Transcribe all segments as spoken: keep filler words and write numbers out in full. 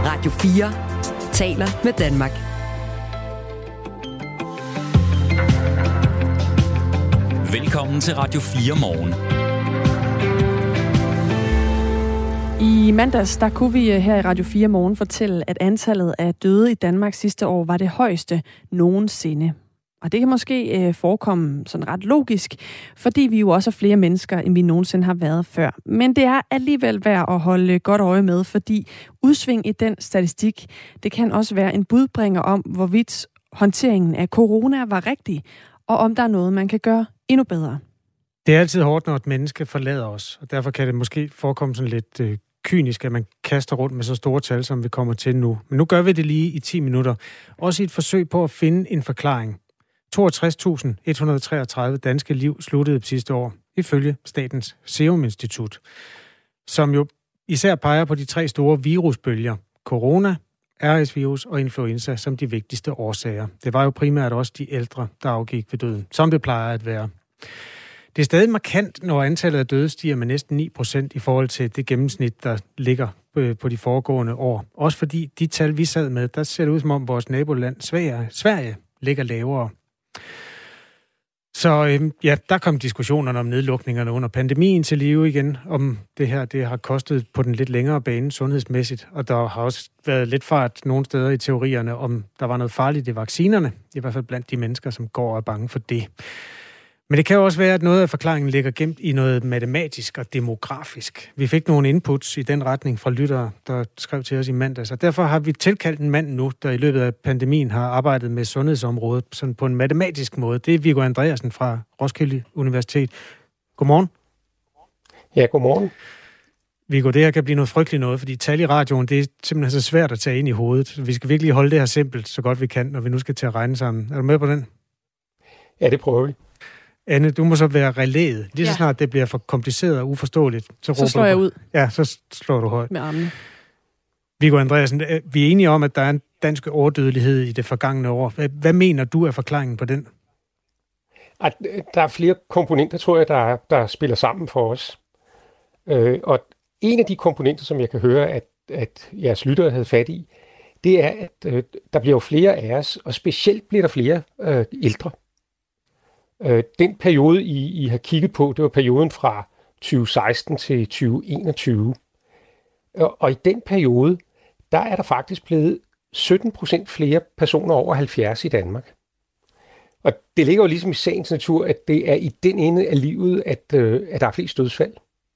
Radio fire taler med Danmark. Velkommen til Radio fire Morgen. I mandags der kunne vi her i Radio fire Morgen fortælle, at antallet af døde i Danmark sidste år var det højeste nogensinde. Og det kan måske øh, forekomme sådan ret logisk, fordi vi jo også er flere mennesker, end vi nogensinde har været før. Men det er alligevel værd at holde godt øje med, fordi udsving i den statistik, det kan også være en budbringer om, hvorvidt håndteringen af corona var rigtig, og om der er noget, man kan gøre endnu bedre. Det er altid hårdt, når et menneske forlader os, og derfor kan det måske forekomme sådan lidt øh, kynisk, at man kaster rundt med så store tal, som vi kommer til nu. Men nu gør vi det lige i ti minutter. Også i et forsøg på at finde en forklaring. toogtres tusind et hundrede og treogtredive danske liv sluttede sidste år, ifølge Statens Serum Institut, som jo især peger på de tre store virusbølger, corona, R S-virus og influenza, som de vigtigste årsager. Det var jo primært også de ældre, der afgik ved døden, som det plejer at være. Det er stadig markant, når antallet af døde stiger med næsten ni procent i forhold til det gennemsnit, der ligger på de foregående år. Også fordi de tal, vi sad med, der ser det ud som om vores naboland Sverige, Sverige ligger lavere. Så øhm, ja, der kom diskussionerne om nedlukningerne under pandemien til live igen, om det her det har kostet på den lidt længere bane sundhedsmæssigt, og der har også været lidt fart nogle steder i teorierne, om der var noget farligt i vaccinerne, i hvert fald blandt de mennesker, som går og er bange for det. Men det kan jo også være, at noget af forklaringen ligger gemt i noget matematisk og demografisk. Vi fik nogle inputs i den retning fra lyttere, der skrev til os i mandags, og derfor har vi tilkaldt en mand nu, der i løbet af pandemien har arbejdet med sundhedsområdet sådan på en matematisk måde. Det er Viggo Andreasen fra Roskilde Universitet. Godmorgen. Ja, godmorgen. Viggo, det her kan blive noget frygteligt noget, fordi tal i radioen, det er simpelthen så svært at tage ind i hovedet. Vi skal virkelig holde det her simpelt, så godt vi kan, når vi nu skal til at regne sammen. Er du med på den? Ja, det prøver vi. Anne, du må så være relæet. Lige så snart det bliver for kompliceret og uforståeligt, så, så slår jeg ud. Ja, så slår du højt. Med armene. Viggo Andreasen, vi er enige om, at der er en dansk overdødelighed i det forgangne år. Hvad mener du er forklaringen på den? At der er flere komponenter, tror jeg, der, der spiller sammen for os. Øh, og en af de komponenter, som jeg kan høre, at, at jeres lyttere havde fat i, det er, at øh, der bliver jo flere af os, og specielt bliver der flere øh, ældre. Den periode, I, I har kigget på, det var perioden fra tyve seksten til tyve enogtyve. Og, og i den periode, der er der faktisk blevet sytten procent flere personer over halvfjerds i Danmark. Og det ligger jo ligesom i sagens natur, at det er i den ende af livet, at, øh, at der er flest dødsfald.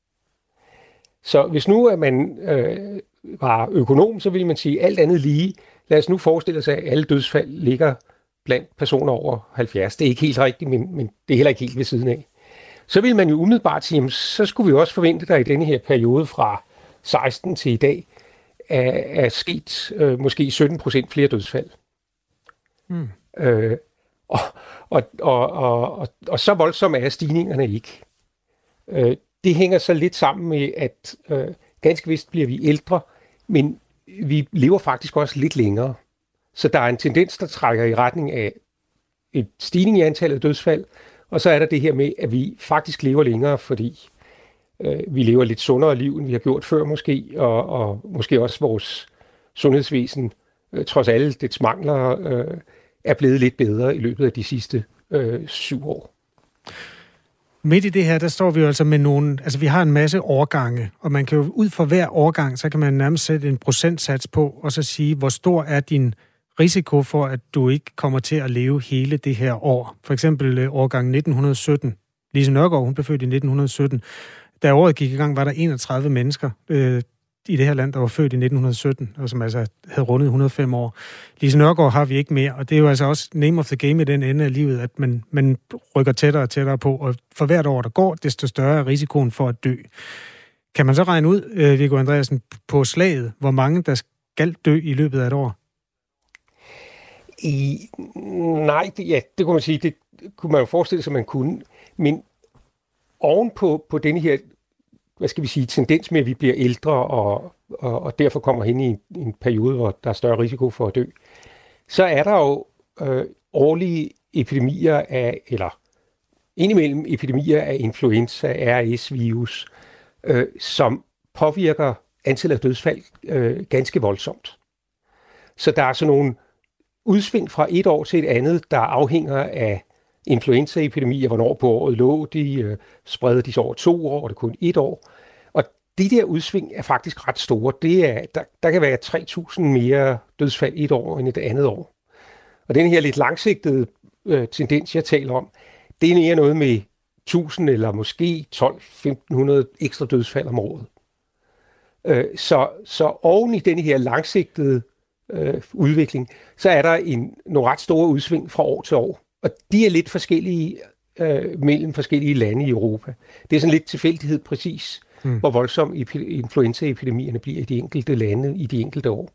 Så hvis nu at man øh, var økonom, så ville man sige alt andet lige. Lad os nu forestille sig, at alle dødsfald ligger blandt personer over halvfjerds. Det er ikke helt rigtigt, men, men det er heller ikke helt ved siden af. Så vil man jo umiddelbart sige, jamen, så skulle vi også forvente, at der i denne her periode fra seksten til i dag er, er sket øh, måske sytten procent flere dødsfald. Hmm. Øh, og, og, og, og, og, og så voldsomme er stigningerne ikke. Øh, det hænger så lidt sammen med, at øh, ganske vist bliver vi ældre, men vi lever faktisk også lidt længere. Så der er en tendens, der trækker i retning af et stigning i antallet af dødsfald, og så er der det her med, at vi faktisk lever længere, fordi øh, vi lever lidt sundere liv, end vi har gjort før måske, og, og måske også vores sundhedsvæsen, øh, trods alle dets mangler, øh, er blevet lidt bedre i løbet af de sidste øh, syv år. Midt i det her, der står vi jo altså med nogle, altså vi har en masse årgange, og man kan jo ud fra hver årgang, så kan man nærmest sætte en procentsats på, og så sige, hvor stor er din risiko for, at du ikke kommer til at leve hele det her år. For eksempel årgang nitten sytten. Lise Nørgaard, hun blev født i nitten sytten. Da året gik i gang, var der enogtredive mennesker øh, i det her land, der var født i nitten sytten, og som altså havde rundet et hundrede og fem år. Lise Nørgaard har vi ikke mere, og det er jo altså også name of the game i den ende af livet, at man, man rykker tættere og tættere på, og for hvert år, der går, desto større er risikoen for at dø. Kan man så regne ud, øh, Viggo Andreasen, på slaget, hvor mange der skal dø i løbet af et år? I, nej, det, ja, det kunne man sige, det kunne man jo forestille sig, man kunne, men ovenpå på denne her, hvad skal vi sige, tendens med, at vi bliver ældre, og, og, og derfor kommer hen i en, en periode, hvor der er større risiko for at dø, så er der jo øh, årlige epidemier af, eller indimellem epidemier af influenza, R S-virus, øh, som påvirker antallet af dødsfald øh, ganske voldsomt. Så der er sådan nogle udsving fra et år til et andet, der afhænger af influenzaepidemier, hvornår på året lå de, øh, spreder de sig over to år, og det er kun et år. Og de der udsving er faktisk ret store. Det er, der, der kan være tre tusind mere dødsfald et år end et andet år. Og den her lidt langsigtede øh, tendens, jeg taler om, det er mere noget med tusind eller måske tolv til femten hundrede ekstra dødsfald om året. Øh, så, så oven i denne her langsigtede øh, udvikling, så er der en, nogle ret store udsving fra år til år. Og de er lidt forskellige øh, mellem forskellige lande i Europa. Det er sådan lidt tilfældighed præcis, hmm. hvor voldsom influenzaepidemierne bliver i de enkelte lande i de enkelte år.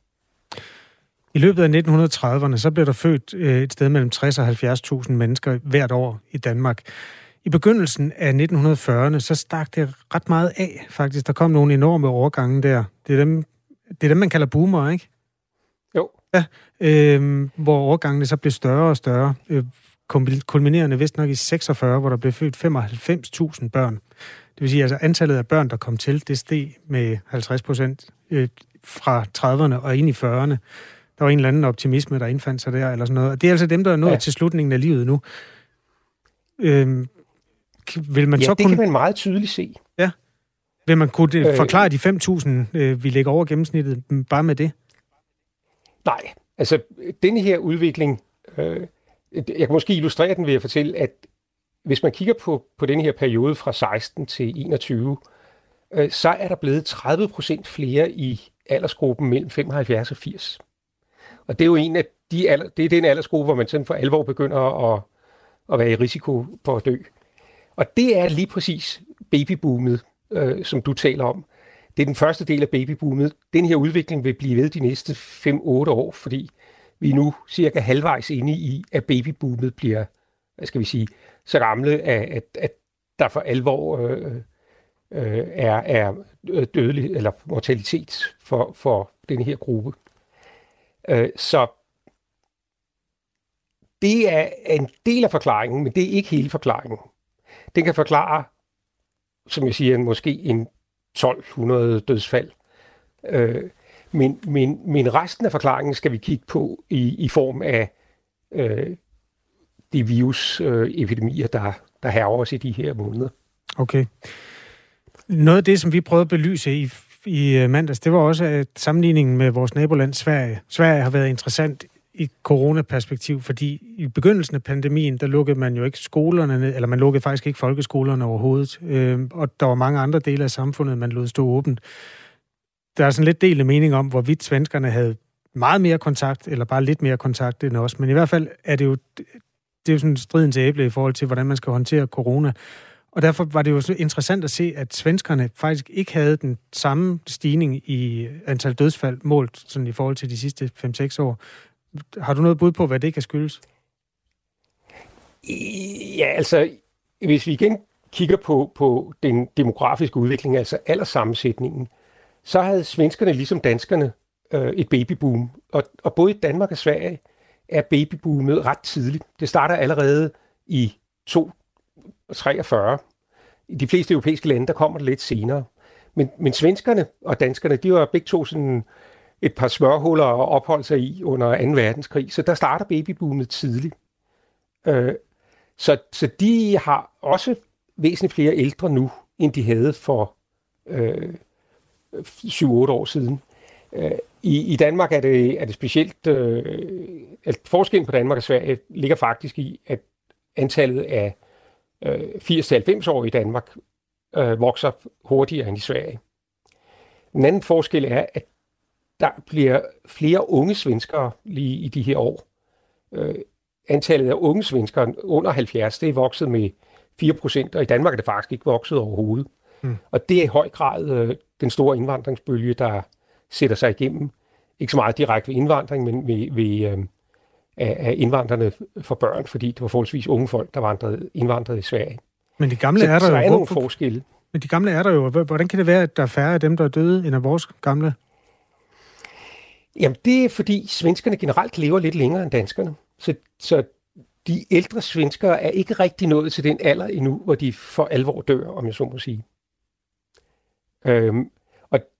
I løbet af nitten trediverne, så blev der født øh, et sted mellem tres og halvfjerds tusind mennesker hvert år i Danmark. I begyndelsen af nitten fyrrerne, så stak det ret meget af, faktisk. Der kom nogle enorme overgange der. Det er dem, det er dem man kalder boomer, ikke? Jo. Ja, øh, hvor overgangene så blev større og større. Øh, kulminerende vist nok i seksogfyrre, hvor der blev født femoghalvfems tusind børn. Det vil sige, altså antallet af børn, der kom til, det steg med halvtreds procent øh, fra trediverne og ind i fyrrerne. Der var en eller anden optimisme, der indfandt sig der, eller sådan noget. Og det er altså dem, der er nået ja. til slutningen af livet nu. Øhm, vil man ja, så det kunne... kan man meget tydeligt se. Ja. Vil man kunne øh, forklare de fem tusind, øh, vi ligger over gennemsnittet, bare med det? Nej, altså denne her udvikling, øh, jeg kan måske illustrere den ved at fortælle, at hvis man kigger på, på denne her periode fra seksten til enogtyve, øh, så er der blevet tredive procent flere i aldersgruppen mellem femoghalvfjerds og firs. Og det er jo en af de alder, det er den aldersgruppe, hvor man sådan for alvor begynder at, at være i risiko for at dø. Og det er lige præcis babyboomet, øh, som du taler om. Det er den første del af babyboomet. Den her udvikling vil blive ved de næste fem til otte år, fordi vi er nu cirka halvvejs inde i, at babyboomet bliver, hvad skal vi sige, så gamle, at, at der for alvor øh, øh, er, er dødelig eller mortalitet for, for den her gruppe. Øh, så det er en del af forklaringen, men det er ikke hele forklaringen. Den kan forklare, som jeg siger, måske en tolv hundrede dødsfald. Øh, men, men, men resten af forklaringen skal vi kigge på i, i form af øh, de virusepidemier, øh, der, der hærger os i de her måneder. Okay. Noget af det, som vi prøvede at belyse i, i mandags, det var også at sammenligningen med vores naboland Sverige. Sverige har været interessant i coronaperspektiv, fordi i begyndelsen af pandemien, der lukkede man jo ikke skolerne ned, eller man lukkede faktisk ikke folkeskolerne overhovedet, øh, og der var mange andre dele af samfundet, man lod stå åbent. Der er sådan lidt delte mening om, hvorvidt svenskerne havde meget mere kontakt, eller bare lidt mere kontakt end os, men i hvert fald er det jo, det er jo sådan stridens æble i forhold til, hvordan man skal håndtere corona. Og derfor var det jo så interessant at se, at svenskerne faktisk ikke havde den samme stigning i antal dødsfald målt sådan i forhold til de sidste fem til seks år. Har du noget bud på, hvad det kan skyldes? Ja, altså, hvis vi igen kigger på, på den demografiske udvikling, altså alderssammensætningen, så havde svenskerne ligesom danskerne øh, et babyboom. Og, og både i Danmark og Sverige er babyboomet ret tidligt. Det starter allerede i to treogfyrre. I de fleste europæiske lande, der kommer det lidt senere. Men, men svenskerne og danskerne, de var begge to sådan et par smørhuller at opholde sig i under anden verdenskrig, så der starter babyboomet tidligt. Øh, så, så de har også væsentligt flere ældre nu, end de havde for øh, syv otte år siden. Øh, i, I Danmark er det, er det specielt, øh, at forskellen på Danmark og Sverige ligger faktisk i, at antallet af øh, firs til halvfems år i Danmark øh, vokser hurtigere end i Sverige. Den anden forskel er, at der bliver flere unge svenskere lige i de her år. Øh, antallet af unge svenskere under halvfjerds, det er vokset med fire procent, og i Danmark er det faktisk ikke vokset overhovedet. Mm. Og det er i høj grad øh, den store indvandringsbølge, der sætter sig igennem. Ikke så meget direkte ved indvandring, men ved, ved øh, af indvandrerne for børn, fordi det var forholdsvis unge folk, der vandrede, indvandrede i Sverige. Men de gamle så, er der så jo. er nogle forskelle. Men de gamle er der jo. Hvordan kan det være, at der er færre af dem, der er døde, end af vores gamle? Jamen, det er fordi svenskerne generelt lever lidt længere end danskerne. Så, så de ældre svenskere er ikke rigtig nået til den alder endnu, hvor de for alvor dør, om jeg så må sige. Øhm, og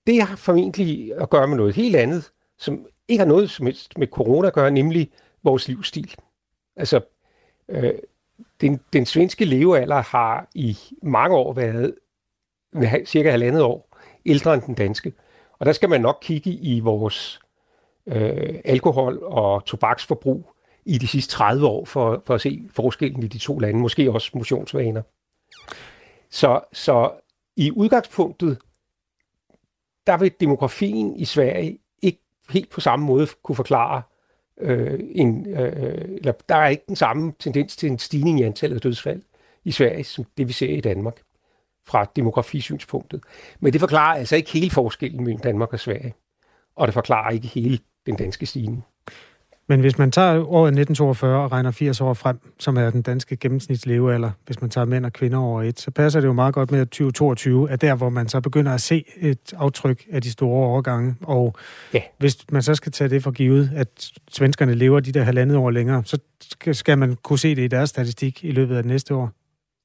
det har formentlig at gøre med noget helt andet, som ikke har noget som helst med corona at gøre, nemlig vores livsstil. Altså, øh, den, den svenske levealder har i mange år været cirka halvandet år ældre end den danske. Og der skal man nok kigge i vores øh, alkohol- og tobaksforbrug i de sidste tredive år, for, for at se forskellen i de to lande, måske også motionsvaner. Så, så i udgangspunktet, der vil demografien i Sverige ikke helt på samme måde kunne forklare, øh, en, øh, eller der er ikke den samme tendens til en stigning i antallet af dødsfald i Sverige, som det vi ser i Danmark, fra demografisynspunktet. Men det forklarer altså ikke hele forskellen mellem Danmark og Sverige, og det forklarer ikke hele den danske stigning. Men hvis man tager året nitten toogfyrre og regner firs år frem, som er den danske gennemsnitslevealder, hvis man tager mænd og kvinder over et, så passer det jo meget godt med, at tyve toogtyve er der, hvor man så begynder at se et aftryk af de store overgange. Og ja. Hvis man så skal tage det for givet, at svenskerne lever de der halvandet år længere, så skal man kunne se det i deres statistik i løbet af det næste år.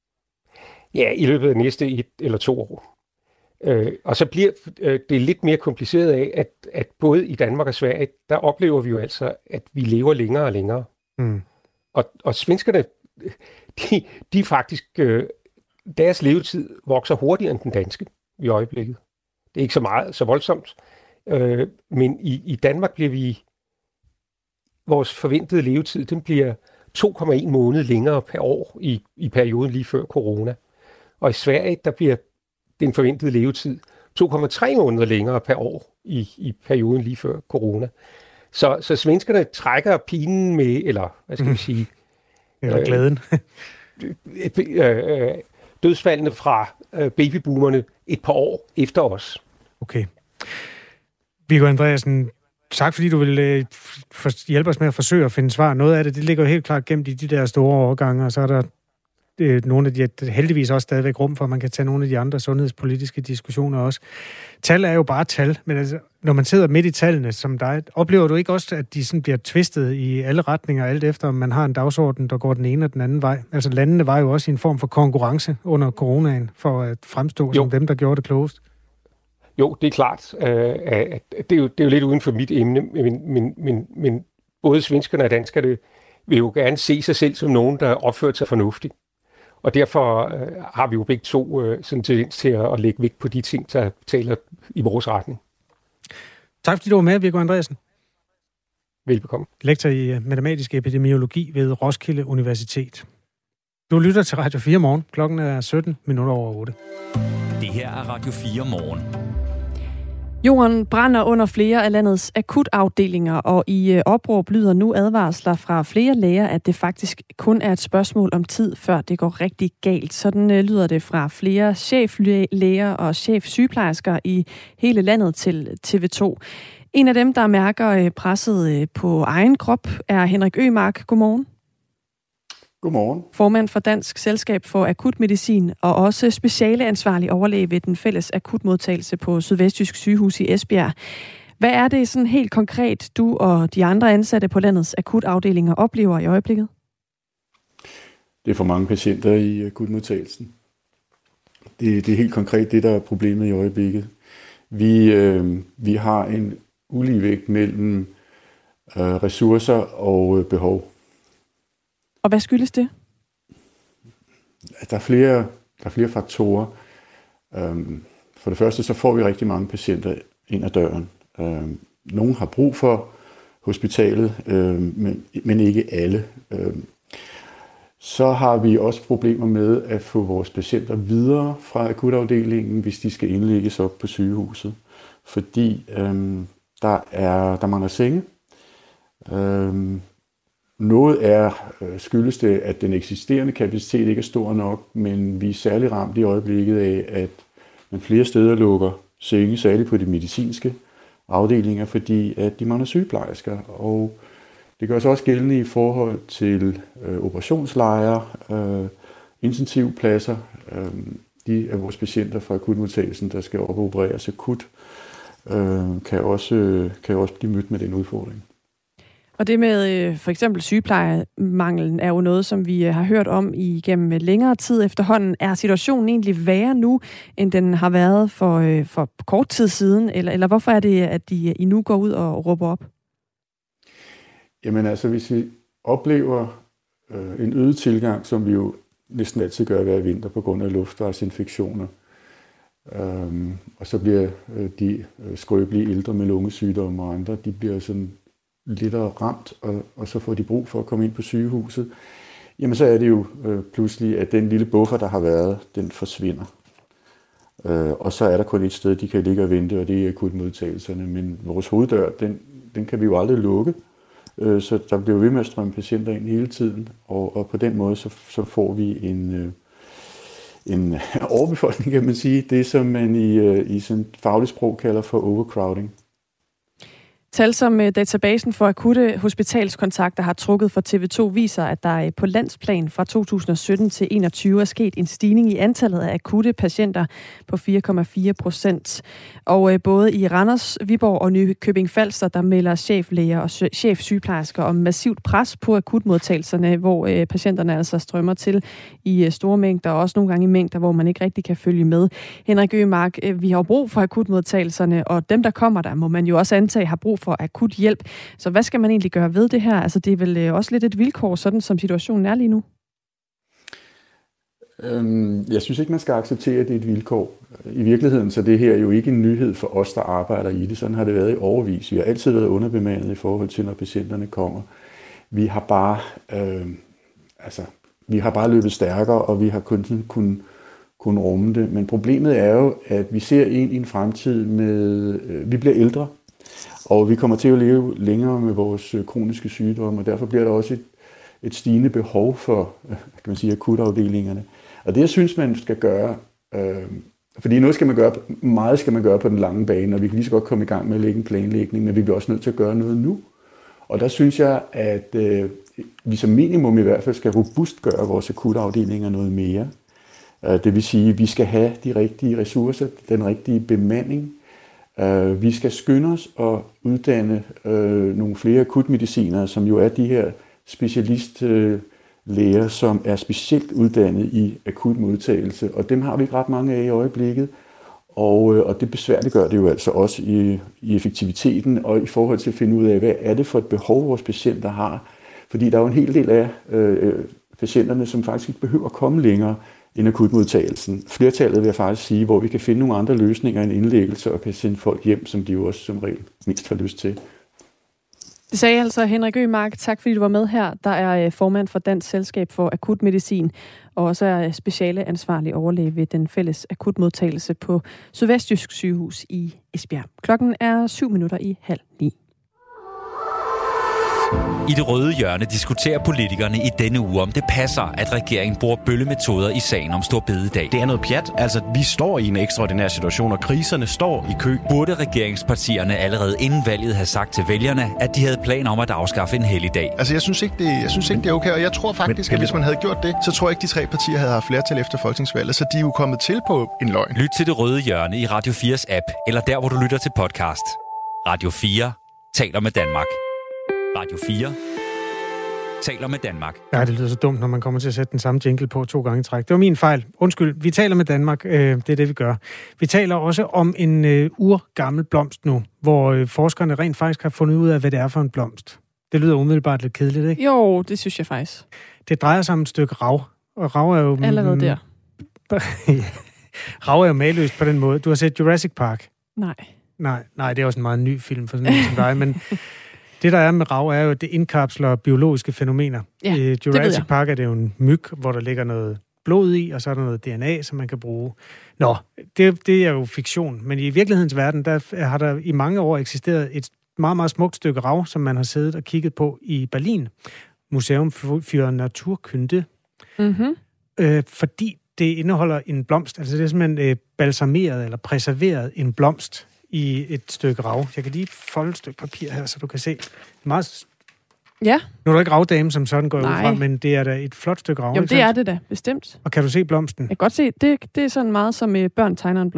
Ja, i løbet af næste et eller to år. Øh, og så bliver øh, det lidt mere kompliceret af, at, at både i Danmark og Sverige, der oplever vi jo altså, at vi lever længere og længere. Mm. Og, og svenskerne, de, de faktisk, øh, deres levetid vokser hurtigere end den danske i øjeblikket. Det er ikke så meget, så voldsomt. Øh, men i, i Danmark bliver vi, vores forventede levetid, den bliver to komma en måned længere per år i, i perioden lige før corona. Og i Sverige, der bliver den forventede levetid to komma tre måneder længere per år i, i perioden lige før corona. Så, så svenskerne trækker pinen med, eller hvad skal vi sige? Eller glæden. øh, øh, dødsfaldene fra øh, babyboomerne et par år efter os. Okay. Viggo Andreasen, tak fordi du vil øh, for, hjælpe os med at forsøge at finde svar. Noget af det, det ligger jo helt klart gemt i de der store overgange, og så er der øh, nogle af de, heldigvis også stadigvæk rum for, at man kan tage nogle af de andre sundhedspolitiske diskussioner også. Tal er jo bare tal, men altså, når man sidder midt i tallene som dig, oplever du ikke også, at de sådan bliver twistet i alle retninger, alt efter om man har en dagsorden, der går den ene og den anden vej? Altså landene var jo også i en form for konkurrence under coronaen, for at fremstå jo. som dem, der gjorde det klogest. Jo, det er klart. Øh, at det, er jo, det er jo lidt uden for mit emne, men, men, men, men både svenskerne og danskerne vil jo gerne se sig selv som nogen, der opfører sig fornuftigt. Og derfor øh, har vi jo begge to øh, sådan tendens til at, at lægge vægt på de ting, der taler i vores retning. Tak fordi du var med, Viggo Andreasen. Velbekomme. Lektor i matematisk epidemiologi ved Roskilde Universitet. Du lytter til Radio fire morgen. Klokken er sytten minutter over otte. Det her er Radio fire morgen. Jorden brænder under flere af landets akutafdelinger, og i opråb lyder nu advarsler fra flere læger, at det faktisk kun er et spørgsmål om tid, før det går rigtig galt. Sådan lyder det fra flere cheflæger og chefsygeplejersker i hele landet til T V to. En af dem, der mærker presset på egen krop, er Henrik Ømark. Godmorgen. Godmorgen. Formand for Dansk Selskab for Akutmedicin og også specialeansvarlig overlæge ved den fælles akutmodtagelse på Sydvestjysk Sygehus i Esbjerg. Hvad er det sådan helt konkret, du og de andre ansatte på landets akutafdelinger oplever i øjeblikket? Det er for mange patienter i akutmodtagelsen. Det, det er helt konkret det, der er problemet i øjeblikket. Vi, øh, vi har en uligevægt mellem øh, ressourcer og øh, behov. Og hvad skyldes det? Der er flere, der er flere faktorer. For det første så får vi rigtig mange patienter ind ad døren. Nogle har brug for hospitalet, men ikke alle. Så har vi også problemer med at få vores patienter videre fra akutafdelingen, hvis de skal indlægges op på sygehuset. Fordi der, er, der mangler senge. Noget er, skyldes det, at den eksisterende kapacitet ikke er stor nok, men vi er særlig ramt i øjeblikket af, at man flere steder lukker senge, særligt på de medicinske afdelinger, fordi at de mangler sygeplejersker. Og det gør sig også gældende i forhold til øh, operationslejre, øh, intensivpladser. Øh, de af vores patienter fra akutmodtagelsen, der skal op og opereres akut, øh, kan, også, kan også blive mødt med den udfordring. Og det med øh, for eksempel sygeplejemanglen er jo noget, som vi øh, har hørt om igennem længere tid efterhånden. Er situationen egentlig værre nu, end den har været for, øh, for kort tid siden? Eller, eller hvorfor er det, at de I nu går ud og råber op? Jamen altså, hvis vi oplever øh, en øget tilgang, som vi jo næsten altid gør hver vinter på grund af luftvejsinfektioner, øhm, og så bliver øh, de øh, skrøbelige ældre med lungesygdomme og andre, de bliver sådan lidt ramt, og, og så får de brug for at komme ind på sygehuset, jamen så er det jo øh, pludselig, at den lille buffer, der har været, den forsvinder. Øh, og så er der kun et sted, de kan ligge og vente, og det er akutmodtagelserne. Men vores hoveddør, den, den kan vi jo aldrig lukke, øh, så der bliver ved med at strømme patienter ind hele tiden, og, og på den måde, så, så får vi en, øh, en overbefolkning, kan man sige, det som man i, øh, i sådan fagligt sprog kalder for overcrowding. Tal som databasen for akutte hospitalskontakter har trukket for T V to viser, at der på landsplan fra to tusind og sytten til enogtyve er sket en stigning i antallet af akutte patienter på fire komma fire procent. Og både i Randers, Viborg og Nykøbing Falster, der melder cheflæger og chefsygeplejersker om massivt pres på akutmodtagelserne, hvor patienterne altså strømmer til i store mængder, og også nogle gange i mængder, hvor man ikke rigtig kan følge med. Henrik Ømark, vi har brug for akutmodtagelserne, og dem, der kommer der, må man jo også antage, har brug for akut hjælp. Så hvad skal man egentlig gøre ved det her? Altså, det er vel også lidt et vilkår, sådan som situationen er lige nu? Øhm, jeg synes ikke, man skal acceptere, at det er et vilkår. I virkeligheden så det her er jo ikke en nyhed for os, der arbejder i det. Sådan har det været i årevis. Vi har altid været underbemandet i forhold til, når patienterne kommer. Vi har bare, øh, altså, vi har bare løbet stærkere, og vi har kun kunnet kun rumme det. Men problemet er jo, at vi ser ind i en fremtid med, øh, vi bliver ældre, og vi kommer til at leve længere med vores kroniske sygdomme, og derfor bliver der også et, et stigende behov for, kan man sige, akutafdelingerne. Og det, jeg synes, man skal gøre, øh, fordi noget skal man gøre, meget skal man gøre på den lange bane, og vi kan lige så godt komme i gang med at lægge en planlægning, men vi bliver også nødt til at gøre noget nu. Og der synes jeg, at øh, vi som minimum i hvert fald skal robust gøre vores akutafdelinger noget mere. Øh, det vil sige, at vi skal have de rigtige ressourcer, den rigtige bemanding. Uh, vi skal skynde os og uddanne uh, nogle flere akutmedicinere, som jo er de her specialistlæger, uh, som er specielt uddannet i akutmodtagelse. Og dem har vi ikke ret mange af i øjeblikket. Og, uh, og det besværliggør det jo altså også i, i effektiviteten og i forhold til at finde ud af, hvad er det for et behov, vores patienter har. Fordi der er jo en hel del af uh, patienterne, som faktisk ikke behøver at komme længere end akutmodtagelsen. Flertallet vil jeg faktisk sige, hvor vi kan finde nogle andre løsninger end indlæggelse og kan sende folk hjem, som de jo også som regel mindst har lyst til. Det sagde altså Henrik Ømark. Tak fordi du var med her. Der er formand for Dansk Selskab for Akutmedicin, og også er speciale ansvarlig overlæge ved den fælles akutmodtagelse på Sydvestjysk Sygehus i Esbjerg. Klokken er syv minutter i halv ni. I det røde hjørne diskuterer politikerne i denne uge, om det passer, at regeringen bruger bøllemetoder i sagen om Store Bededag. Det er noget pjat. Altså, vi står i en ekstraordinær situation, og kriserne står i kø. Burde regeringspartierne allerede inden valget have sagt til vælgerne, at de havde planer om at afskaffe en helligdag? Altså, jeg synes ikke, det, jeg synes ikke, det er okay, og jeg tror faktisk, men, at hvis man havde gjort det, så tror jeg ikke, de tre partier havde haft flertal efter folketingsvalget, så de er jo kommet til på en løgn. Lyt til det røde hjørne i Radio fires app, eller der, hvor du lytter til podcast. Radio fire taler med Danmark. Radio fire taler med Danmark. Ja, det lyder så dumt, når man kommer til at sætte den samme jingle på to gange i træk. Det var min fejl. Undskyld, vi taler med Danmark. Det er det, vi gør. Vi taler også om en uh, urgammel blomst nu, hvor uh, forskerne rent faktisk har fundet ud af, hvad det er for en blomst. Det lyder umiddelbart lidt kedeligt, ikke? Jo, det synes jeg faktisk. Det drejer sig om et stykke rav. Og rav er jo... Allerede der. Rav er jo maløst på den måde. Du har set Jurassic Park? Nej. Nej, nej, det er også en meget ny film for sådan en som dig, men... Det, der er med rav, er jo, at det indkapsler biologiske fænomener. Ja, I Jurassic Park er det jo en myg, hvor der ligger noget blod i, og så er der noget D N A, som man kan bruge. Nå, det, det er jo fiktion, men i virkelighedens verden, der har der i mange år eksisteret et meget, meget smukt stykke rav, som man har siddet og kigget på i Berlin. Museum für Naturkunde. Mm-hmm. Øh, fordi det indeholder en blomst, altså det er simpelthen øh, balsameret eller preserveret en blomst i et stykke rav. Jeg kan lige folde et stykke papir her, så du kan se. Det er meget... Ja. Nu er der ikke ravdame, som sådan går ud fra, men det er da et flot stykke rav. Jo, det er det da, bestemt. Og kan du se blomsten? Jeg kan godt se, det, det er sådan meget som børn tegner en blomst.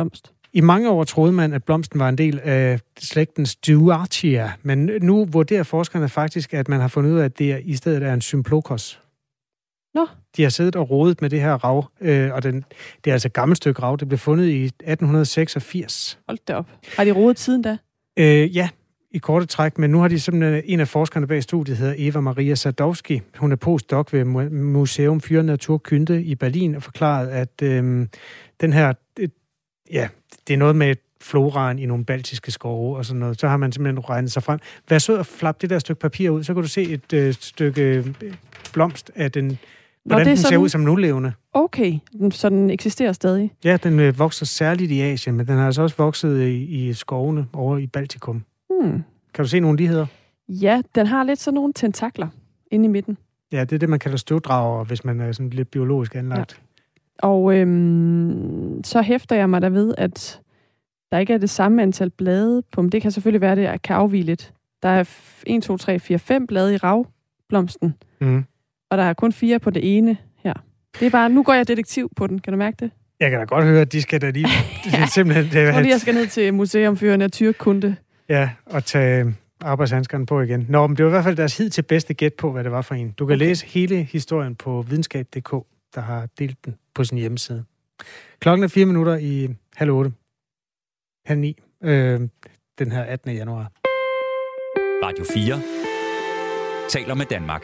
I mange år troede man, at blomsten var en del af slægten Stuartia, men nu vurderer forskerne faktisk, at man har fundet ud af, at det er, i stedet er en Symplocos. Nå. De har siddet og rodet med det her rav, øh, og den, det er altså et gammelt stykke rav. Det blev fundet i atten seksogfirs. Hold da op. Har de rodet siden da? Øh, ja, i korte træk, men nu har de simpelthen en af forskerne bag studiet, hedder Eva Maria Sadowski. Hun er postdoc ved Museum für Naturkunde i Berlin og forklaret, at øh, den her, øh, ja, det er noget med floraen i nogle baltiske skove og sådan noget. Så har man simpelthen regnet sig frem. Vær sød og flap det der stykke papir ud, så kan du se et øh, stykke øh, blomst af den, hvordan den sådan... ser ud som nulevende. Okay, så den eksisterer stadig? Ja, den øh, vokser særligt i Asien, men den har altså også vokset i, i skovene over i Baltikum. Hmm. Kan du se nogle ligheder? Ja, den har lidt sådan nogle tentakler inde i midten. Ja, det er det, man kalder støvdrager, hvis man er sådan lidt biologisk anlagt. Ja. Og øhm, så hæfter jeg mig der ved, at der ikke er det samme antal blade på, men det kan selvfølgelig være, at det kan afvige lidt. Der er en, to, tre, fire, fem blade i ravblomsten, mm. og der er kun fire på det ene her. Det er bare, nu går jeg detektiv på den, kan du mærke det? Jeg kan da godt høre, at de skal da lige... ja. Det er simpelthen... Det er, jeg lige, jeg skal ned til Museum für Naturkunde. Ja, og tage arbejdshandskerne på igen. Nå, men det var i hvert fald deres hid til bedste gæt på, hvad det var for en. Du kan okay. læse hele historien på videnskab punktum d k, der har delt den på sin hjemmeside. Klokken er fire minutter i halv otte. Halv ni. Øh, den her attende januar. Radio fire taler med Danmark.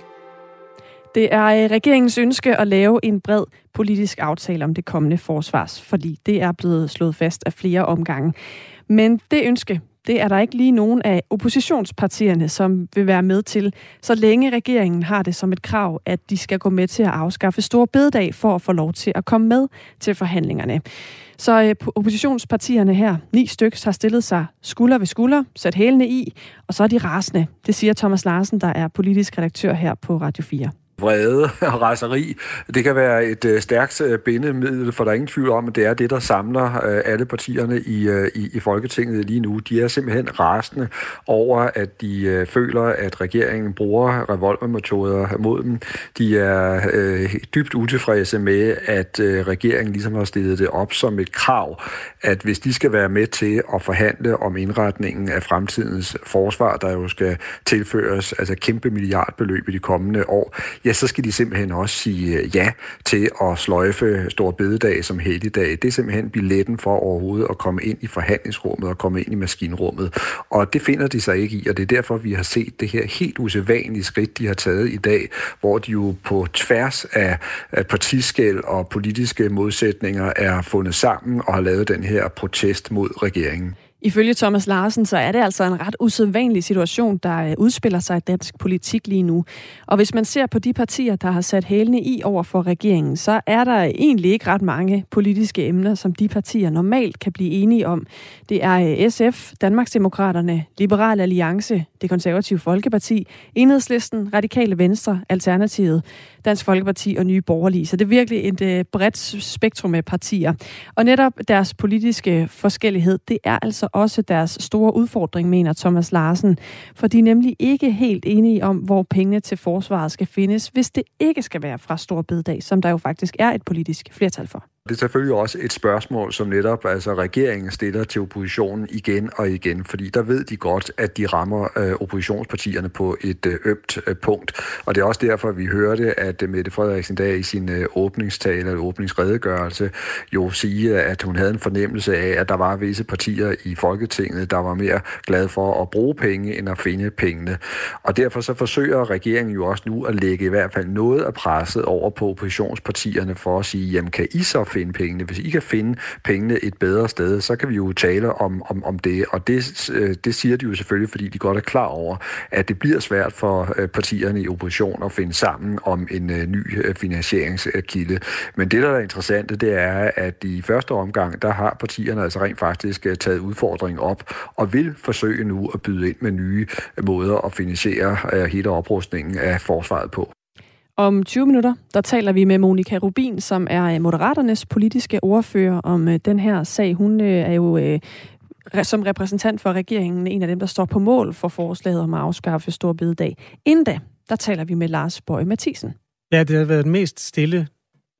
Det er regeringens ønske at lave en bred politisk aftale om det kommende forsvarsforlig. Det er blevet slået fast af flere omgange. Men det ønske, det er der ikke lige nogen af oppositionspartierne, som vil være med til, så længe regeringen har det som et krav, at de skal gå med til at afskaffe store bededag for at få lov til at komme med til forhandlingerne. Så øh, oppositionspartierne her, ni stykker, har stillet sig skulder ved skulder, sat hælene i, og så er de rasende. Det siger Thomas Larsen, der er politisk redaktør her på Radio fire. Vrede og raseri, det kan være et øh, stærkt øh, bindemiddel, for der er ingen tvivl om, at det er det, der samler øh, alle partierne i, øh, i, i Folketinget lige nu. De er simpelthen rasende over, at de øh, føler, at regeringen bruger revolvermetoder mod dem. De er øh, dybt utilfredse med, at øh, regeringen ligesom har stillet det op som et krav, at hvis de skal være med til at forhandle om indretningen af fremtidens forsvar, der jo skal tilføres altså kæmpe milliardbeløb i de kommende år, ja, så skal de simpelthen også sige ja til at sløjfe Store Bededag som helligdag. Det er simpelthen billetten for overhovedet at komme ind i forhandlingsrummet og komme ind i maskinrummet. Og det finder de sig ikke i, og det er derfor, vi har set det her helt usædvanlige skridt, de har taget i dag, hvor de jo på tværs af partiskel og politiske modsætninger er fundet sammen og har lavet den her protest mod regeringen. Ifølge Thomas Larsen, så er det altså en ret usædvanlig situation, der udspiller sig i dansk politik lige nu. Og hvis man ser på de partier, der har sat hælene i over for regeringen, så er der egentlig ikke ret mange politiske emner, som de partier normalt kan blive enige om. Det er S F, Danmarksdemokraterne, Liberal Alliance, Det Konservative Folkeparti, Enhedslisten, Radikale Venstre, Alternativet, Dansk Folkeparti og Nye Borgerlige. Så det er virkelig et bredt spektrum af partier. Og netop deres politiske forskellighed, det er altså også deres store udfordring, mener Thomas Larsen. For de er nemlig ikke helt enige om, hvor pengene til forsvaret skal findes, hvis det ikke skal være fra Store Bededag, som der jo faktisk er et politisk flertal for. Det er selvfølgelig også et spørgsmål, som netop altså regeringen stiller til oppositionen igen og igen, fordi der ved de godt, at de rammer øh, oppositionspartierne på et øh, ømt øh, punkt. Og det er også derfor, vi hørte, at øh, Mette Frederiksen dag i sin øh, åbningstale eller åbningsredegørelse jo sige, at hun havde en fornemmelse af, at der var visse partier i Folketinget, der var mere glade for at bruge penge, end at finde pengene. Og derfor så forsøger regeringen jo også nu at lægge i hvert fald noget af presset over på oppositionspartierne for at sige, jamen kan I så finde pengene? Hvis I kan finde pengene et bedre sted, så kan vi jo tale om, om, om det. Og det, det siger de jo selvfølgelig, fordi de godt er klar over, at det bliver svært for partierne i opposition at finde sammen om en ny finansieringskilde. Men det, der er interessant, det er, at i første omgang, der har partierne altså rent faktisk taget udfordringen op og vil forsøge nu at byde ind med nye måder at finansiere hele oprustningen af forsvaret på. Om tyve minutter, der taler vi med Monika Rubin, som er Moderaternes politiske ordfører om den her sag. Hun er jo som repræsentant for regeringen en af dem, der står på mål for forslaget om at afskaffe Store Bededag. Inden da, der taler vi med Lars Boje Mathiesen. Ja, det har været den mest stille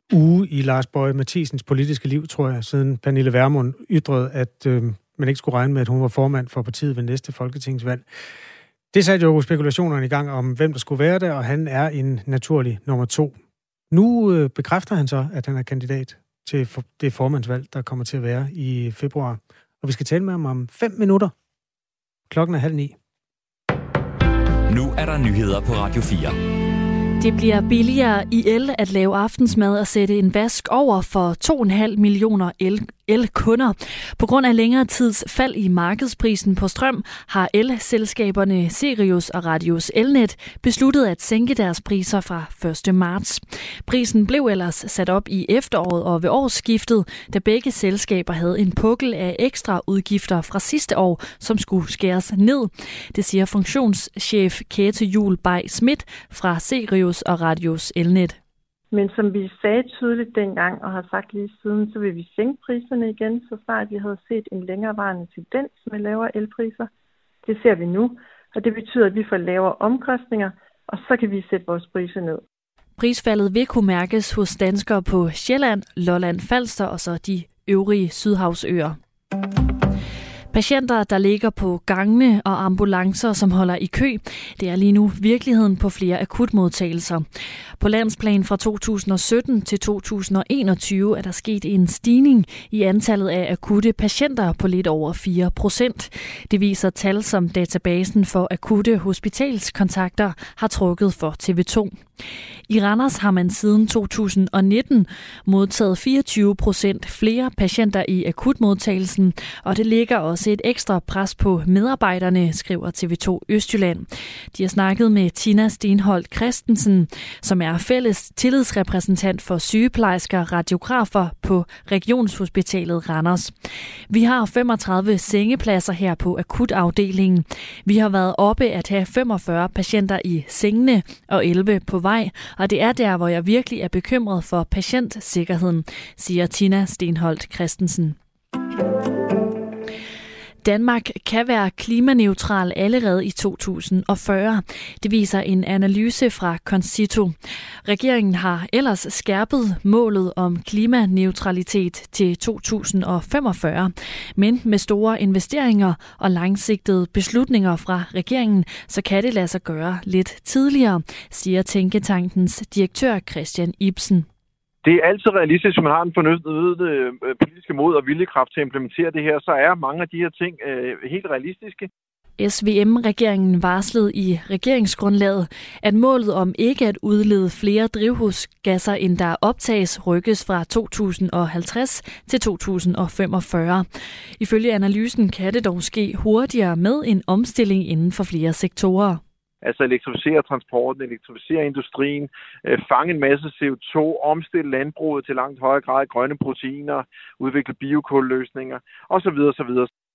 uge i Lars Boje Mathiesens politiske liv, tror jeg, siden Pernille Vermund ytrede, at øh, man ikke skulle regne med, at hun var formand for partiet ved næste folketingsvalg. Det satte jo spekulationerne i gang om, hvem der skulle være der, og han er en naturlig nummer to. Nu øh, bekræfter han så, at han er kandidat til for, det formandsvalg, der kommer til at være i februar. Og vi skal tale med ham om fem minutter. Klokken er halv ni. Nu er der nyheder på Radio fire. Det bliver billigere i el at lave aftensmad og sætte en vask over for to komma fem millioner el elkunder. På grund af længere tids fald i markedsprisen på strøm, har elselskaberne Sirius og Radius Elnet besluttet at sænke deres priser fra første marts. Prisen blev ellers sat op i efteråret og ved årsskiftet, da begge selskaber havde en pukkel af ekstra udgifter fra sidste år, som skulle skæres ned. Det siger funktionschef Kate Juhl Bay Schmidt fra Sirius og Radius Elnet. Men som vi sagde tydeligt dengang og har sagt lige siden, så vil vi sænke priserne igen, så snart vi havde set en længerevarende tendens med lavere elpriser. Det ser vi nu, og det betyder, at vi får lavere omkostninger, og så kan vi sætte vores priser ned. Prisfaldet vil kunne mærkes hos danskere på Sjælland, Lolland Falster og så de øvrige sydhavsøer. Patienter, der ligger på gangene og ambulancer, som holder i kø, det er lige nu virkeligheden på flere akutmodtagelser. På landsplan fra to tusind og sytten til to tusind og enogtyve er der sket en stigning i antallet af akutte patienter på lidt over fire procent. Det viser tal, som databasen for akutte hospitalskontakter har trukket for T V to. I Randers har man siden to tusind og nitten modtaget fireogtyve procent flere patienter i akutmodtagelsen, og det ligger også et ekstra pres på medarbejderne, skriver T V to Østjylland. De har snakket med Tina Stenholt Christensen, som er fælles tillidsrepræsentant for sygeplejersker og radiografer på Regionshospitalet Randers. Vi har femogtredive sengepladser her på akutafdelingen. Vi har været oppe at have femogfyrre patienter i sengene og elleve på vej, og det er der, hvor jeg virkelig er bekymret for patientsikkerheden, siger Tina Stenholt Christensen. Danmark kan være klimaneutral allerede i to tusind og fyrre. Det viser en analyse fra Concito. Regeringen har ellers skærpet målet om klimaneutralitet til to tusind og femogfyrre. Men med store investeringer og langsigtede beslutninger fra regeringen, så kan det lade sig gøre lidt tidligere, siger Tænketankens direktør Christian Ibsen. Det er altid realistisk, hvis man har en fornødne politiske mod og viljekraft til at implementere det her, så er mange af de her ting øh, helt realistiske. S V M-regeringen varslede i regeringsgrundlaget, at målet om ikke at udlede flere drivhusgasser, end der optages, rykkes fra to tusind og halvtreds til to tusind og femogfyrre. Ifølge analysen kan det dog ske hurtigere med en omstilling inden for flere sektorer. Altså elektrificere transporten, elektrificere industrien, øh, fange en masse C O to, omstille landbruget til langt højere grad af grønne proteiner, udvikle biokulløsninger osv. osv.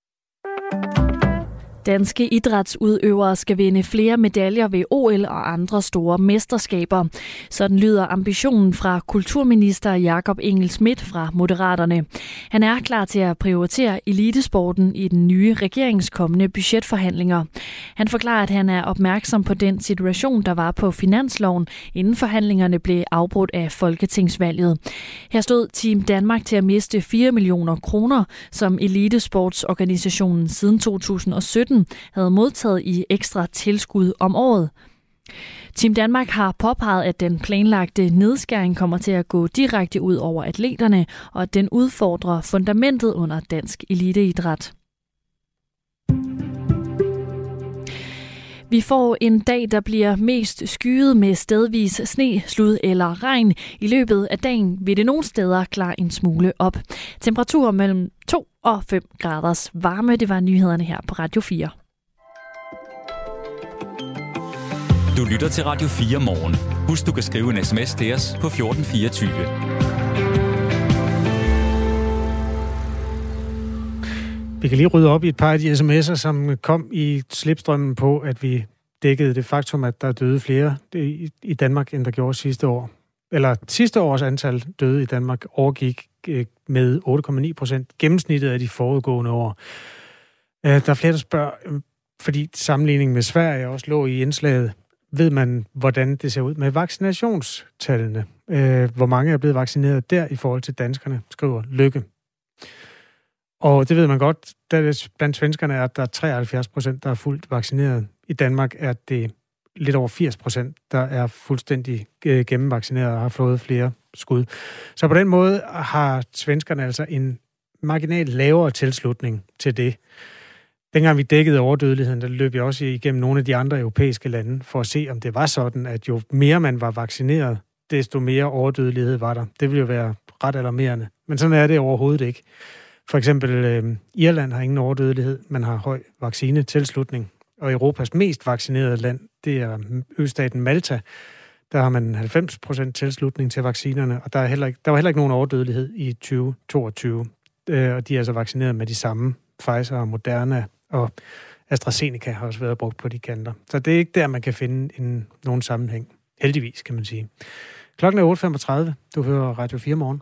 Danske idrætsudøvere skal vinde flere medaljer ved O L og andre store mesterskaber. Sådan lyder ambitionen fra kulturminister Jakob Engel-Schmidt fra Moderaterne. Han er klar til at prioritere elitesporten i den nye regeringskommende budgetforhandlinger. Han forklarer, at han er opmærksom på den situation, der var på finansloven, inden forhandlingerne blev afbrudt af folketingsvalget. Her stod Team Danmark til at miste fire millioner kroner, som elitesportsorganisationen siden to tusind og sytten havde modtaget i ekstra tilskud om året. Team Danmark har påpeget, at den planlagte nedskæring kommer til at gå direkte ud over atleterne, og at den udfordrer fundamentet under dansk eliteidræt. Vi får en dag, der bliver mest skyet med stedvis sne, slud eller regn. I løbet af dagen vil det nogle steder klare en smule op. Temperaturer mellem to og fem graders varme. Det var nyhederne her på Radio fire. Du lytter til Radio fire morgen. Husk, du kan skrive en sms til os på fjorten fireogtyve. Vi kan lige rydde op i et par af de sms'er, som kom i slipstrømmen på, at vi dækkede det faktum, at der døde flere i Danmark, end der gjorde sidste år. Eller sidste års antal døde i Danmark overgik med otte komma ni procent gennemsnittet af de forudgående år. Der er flere, der spørger, fordi sammenligningen med Sverige også lå i indslaget, ved man, hvordan det ser ud med vaccinationstallene. øh, hvor mange er blevet vaccineret der i forhold til danskerne, skriver Lykke. Og det ved man godt, da blandt svenskerne er der treoghalvfjerds procent, der er fuldt vaccineret. I Danmark er det lidt over firs procent, der er fuldstændig øh, gennemvaccineret og har fået flere skud. Så på den måde har svenskerne altså en marginalt lavere tilslutning til det. Dengang vi dækkede overdødeligheden, der løb jeg også igennem nogle af de andre europæiske lande for at se, om det var sådan, at jo mere man var vaccineret, desto mere overdødelighed var der. Det ville jo være ret alarmerende. Men sådan er det overhovedet ikke. For eksempel øh, Irland har ingen overdødelighed, man har høj vaccinetilslutning. Og Europas mest vaccinerede land, det er østaten Malta. Der har man halvfems procent tilslutning til vaccinerne, og der, er heller ikke, der var heller ikke nogen overdødelighed i tyve toogtyve. Øh, og de er altså vaccineret med de samme. Pfizer og Moderna og AstraZeneca har også været brugt på de kanter. Så det er ikke der, man kan finde en, nogen sammenhæng. Heldigvis, kan man sige. Klokken er otte femogtredive. Du hører Radio fire morgen.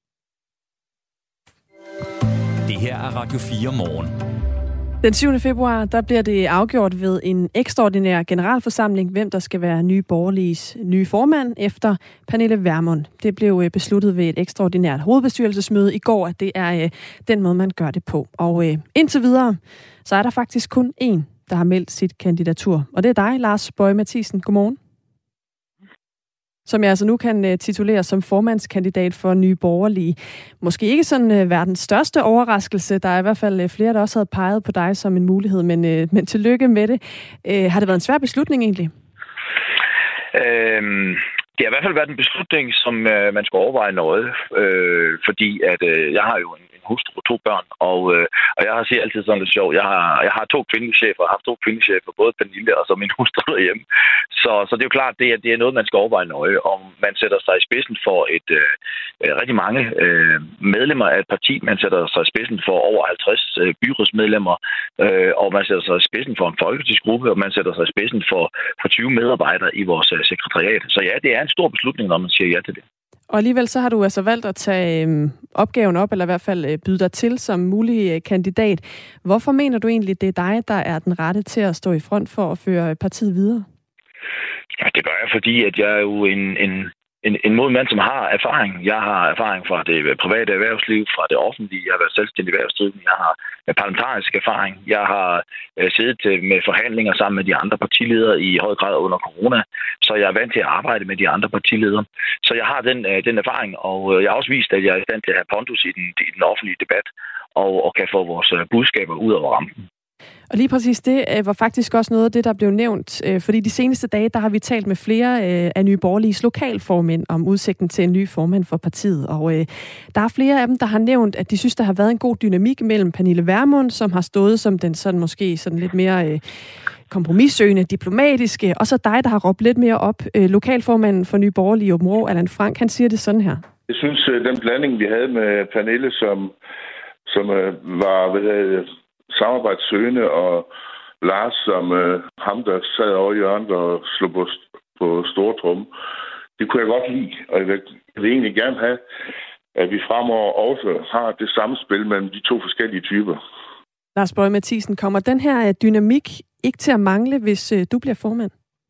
Det her er Radio fire morgen. Den syvende februar, der bliver det afgjort ved en ekstraordinær generalforsamling, hvem der skal være Nye Borgerliges nye formand efter Pernille Vermund. Det blev besluttet ved et ekstraordinært hovedbestyrelsesmøde i går, at det er øh, den måde, man gør det på. Og øh, indtil videre, så er der faktisk kun én, der har meldt sit kandidatur. Og det er dig, Lars Boje Mathiesen. Godmorgen. Som jeg altså nu kan uh, titulere som formandskandidat for Nye Borgerlige. Måske ikke sådan uh, verdens største overraskelse. Der er i hvert fald uh, flere, der også havde peget på dig som en mulighed, men, uh, men tillykke med det. Uh, har det været en svær beslutning egentlig? Øhm, det har i hvert fald været en beslutning, som uh, man skal overveje noget. Øh, fordi at uh, jeg har jo en hustru og to børn, og, øh, og jeg har set altid sådan lidt sjovt. Jeg har, jeg har to kvindelige chefer, og har haft to kvindelige chefer, både Pernille og så min hustru derhjemme. Så, så det er jo klart, det er, det er noget, man skal overveje nøje, om man sætter sig i spidsen for et øh, rigtig mange øh, medlemmer af et parti. Man sætter sig i spidsen for over halvtreds øh, byrådsmedlemmer, øh, og man sætter sig i spidsen for en folketingsgruppe, og man sætter sig i spidsen for, for tyve medarbejdere i vores øh, sekretariat. Så ja, det er en stor beslutning, når man siger ja til det. Og alligevel så har du altså valgt at tage øh, opgaven op, eller i hvert fald øh, byde dig til som mulig øh, kandidat. Hvorfor mener du egentlig, det er dig, der er den rette til at stå i front for at føre partiet videre? Ja, det gør jeg, fordi at jeg er jo en, en, en, en moden mand, som har erfaring. Jeg har erfaring fra det private erhvervsliv, fra det offentlige. Jeg har været selvstændig erhvervsdrivende. Jeg har parlamentarisk erfaring. Jeg har øh, siddet med forhandlinger sammen med de andre partiledere i høj grad under corona. Så jeg er vant til at arbejde med de andre partiledere. Så jeg har den, øh, den erfaring, og øh, jeg har også vist, at jeg er i stand til at have pondus i den, i den offentlige debat, og, og kan få vores øh, budskaber ud over rampen. Og lige præcis det øh, var faktisk også noget af det, der blev nævnt, øh, fordi de seneste dage, der har vi talt med flere øh, af Nye Borgerliges lokalformænd om udsigten til en ny formand for partiet. Og øh, der er flere af dem, der har nævnt, at de synes, der har været en god dynamik mellem Pernille Vermund, som har stået som den sådan måske sådan lidt mere øh, kompromissøgende, diplomatiske, og så dig, der har råbt lidt mere op. Øh, lokalformanden for Nye Borgerlige i Aabenraa, Allan Frank, han siger det sådan her. Jeg synes, den blanding, vi havde med Pernille, som, som øh, var ved samarbejdssøgende, og Lars, som øh, ham, der sad over i hjørnet og slog på, på store trum, det kunne jeg godt lide, og jeg vil, jeg vil egentlig gerne have, at vi fremover også har det samme spil mellem de to forskellige typer. Lars Boje Mathiesen, kommer den her dynamik ikke til at mangle, hvis øh, du bliver formand?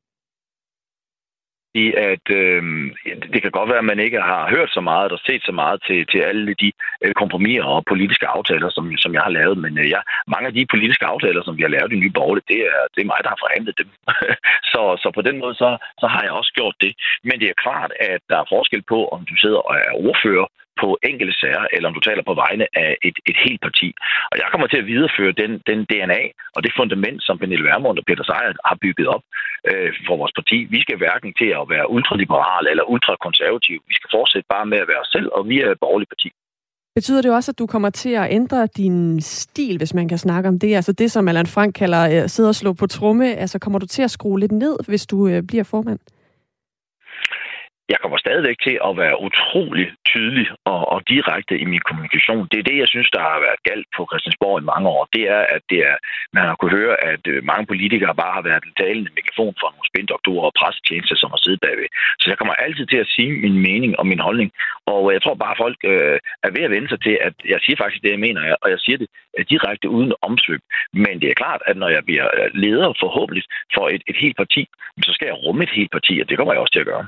I at øh, det kan godt være, at man ikke har hørt så meget og set så meget til, til alle de øh, kompromiser og politiske aftaler, som, som jeg har lavet. Men øh, ja, mange af de politiske aftaler, som vi har lavet i Nye Borgerlige, det er, det er mig, der har forhandlet dem. så, så på den måde, så, så har jeg også gjort det. Men det er klart, at der er forskel på, om du sidder og er ordfører på enkelte sager, eller om du taler på vegne af et, et helt parti. Og jeg kommer til at videreføre den, den D N A og det fundament, som Pernille Vermund og Peter Sejer har bygget op øh, for vores parti. Vi skal hverken til at være ultraliberale eller ultrakonservative. Vi skal fortsætte bare med at være os selv, og vi er et borgerligt parti. Betyder det også, at du kommer til at ændre din stil, hvis man kan snakke om det? Altså det, som Allan Frank kalder øh, sidde og slå på tromme. Altså kommer du til at skrue lidt ned, hvis du øh, bliver formand? Jeg kommer stadigvæk til at være utrolig tydelig og, og direkte i min kommunikation. Det er det, jeg synes, der har været galt på Christiansborg i mange år. Det er, at det er, man har kunne høre, at mange politikere bare har været en talende megafon for nogle spindoktorer og pressetjenester, som har siddet bagved. Så jeg kommer altid til at sige min mening og min holdning. Og jeg tror bare, at folk øh, er ved at vende sig til, at jeg siger faktisk det, jeg mener, og jeg siger det direkte uden omsvøb. Men det er klart, at når jeg bliver leder forhåbentlig for et, et helt parti, så skal jeg rumme et helt parti, og det kommer jeg også til at gøre.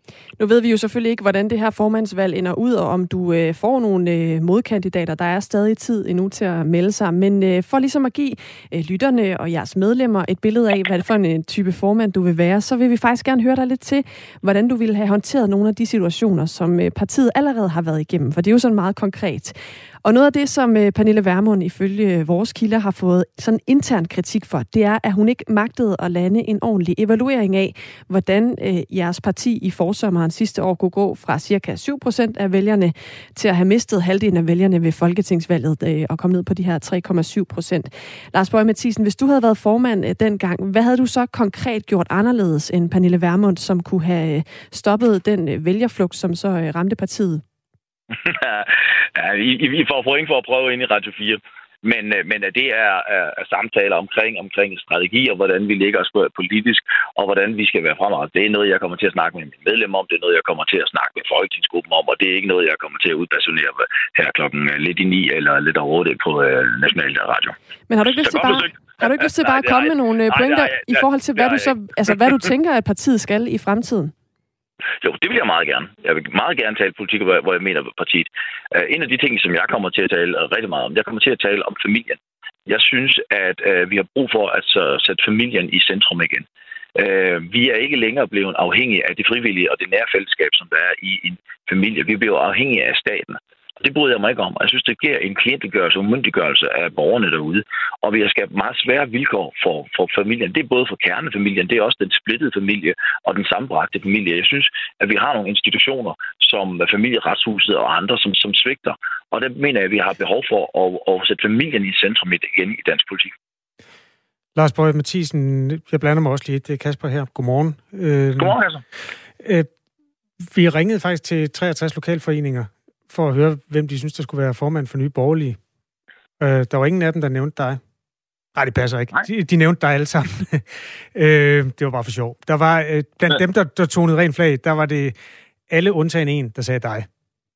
Nu ved vi jo selvfølgelig ikke, hvordan det her formandsvalg ender ud, og om du øh, får nogle øh, modkandidater. Der er stadig tid endnu til at melde sig. Men øh, for ligesom at give øh, lytterne og jeres medlemmer et billede af, hvad det for en type formand du vil være, så vil vi faktisk gerne høre dig lidt til, hvordan du ville have håndteret nogle af de situationer, som øh, partiet allerede har været igennem. For det er jo sådan meget konkret. Og noget af det, som øh, Pernille Vermund ifølge vores kilder har fået sådan intern kritik for, det er, at hun ikke magtede at lande en ordentlig evaluering af, hvordan øh, jeres parti i forsommeren sidste år kunne gå fra cirka syv procent af vælgerne til at have mistet halvdelen af vælgerne ved folketingsvalget øh, og komme ned på de her tre komma syv procent. Lars Boje Mathiesen, hvis du havde været formand øh, dengang, hvad havde du så konkret gjort anderledes end Pernille Vermund, som kunne have øh, stoppet den øh, vælgerflugt, som så øh, ramte partiet? Ja, I, I får point for at prøve ind i Radio fire. Men, men det er, er, er samtaler omkring, omkring strategi, og hvordan vi ligger os politisk, og hvordan vi skal være fremadrettet. Det er noget, jeg kommer til at snakke med mine medlemmer om. Det er noget, jeg kommer til at snakke med folketingsgruppen om, og det er ikke noget, jeg kommer til at udpersonere her klokken lidt i ni eller lidt over otte på øh, National Radio. Men har du ikke lyst til bare, har du ikke lyst til bare at komme med nogle pointer i forhold til, hvad du så, altså hvad du tænker, at partiet skal i fremtiden? Jo, det vil jeg meget gerne. Jeg vil meget gerne tale politik, hvor jeg mener partiet. Uh, en af de ting, som jeg kommer til at tale rigtig meget om, jeg kommer til at tale om familien. Jeg synes, at uh, vi har brug for at så, sætte familien i centrum igen. Uh, vi er ikke længere blevet afhængige af det frivillige og det nære fællesskab, som der er i en familie. Vi bliver afhængige af staten. Det bryder jeg mig ikke om. Jeg synes, det giver en klientliggørelse og umyndiggørelse af borgerne derude. Og vi har skabt meget svære vilkår for, for familien. Det er både for kernefamilien, det er også den splittede familie og den sammenbragte familie. Jeg synes, at vi har nogle institutioner som Familieretshuset og andre, som, som svigter. Og det mener jeg, at vi har behov for at, at sætte familien i centrum igen i dansk politik. Lars Boje Mathiesen, jeg blander mig også lige. Det er Kasper her. Godmorgen. Øh, Godmorgen, Kasper. Øh, vi ringede faktisk til treogtres lokalforeninger for at høre, hvem de synes, der skulle være formand for Nye Borgerlige. Øh, der var ingen af dem, der nævnte dig. Nej, det passer ikke. De, de nævnte dig alle sammen. øh, det var bare for sjov. Der var, øh, blandt ja. dem, der, der tonede rent flag, der var det alle undtagen en, der sagde dig.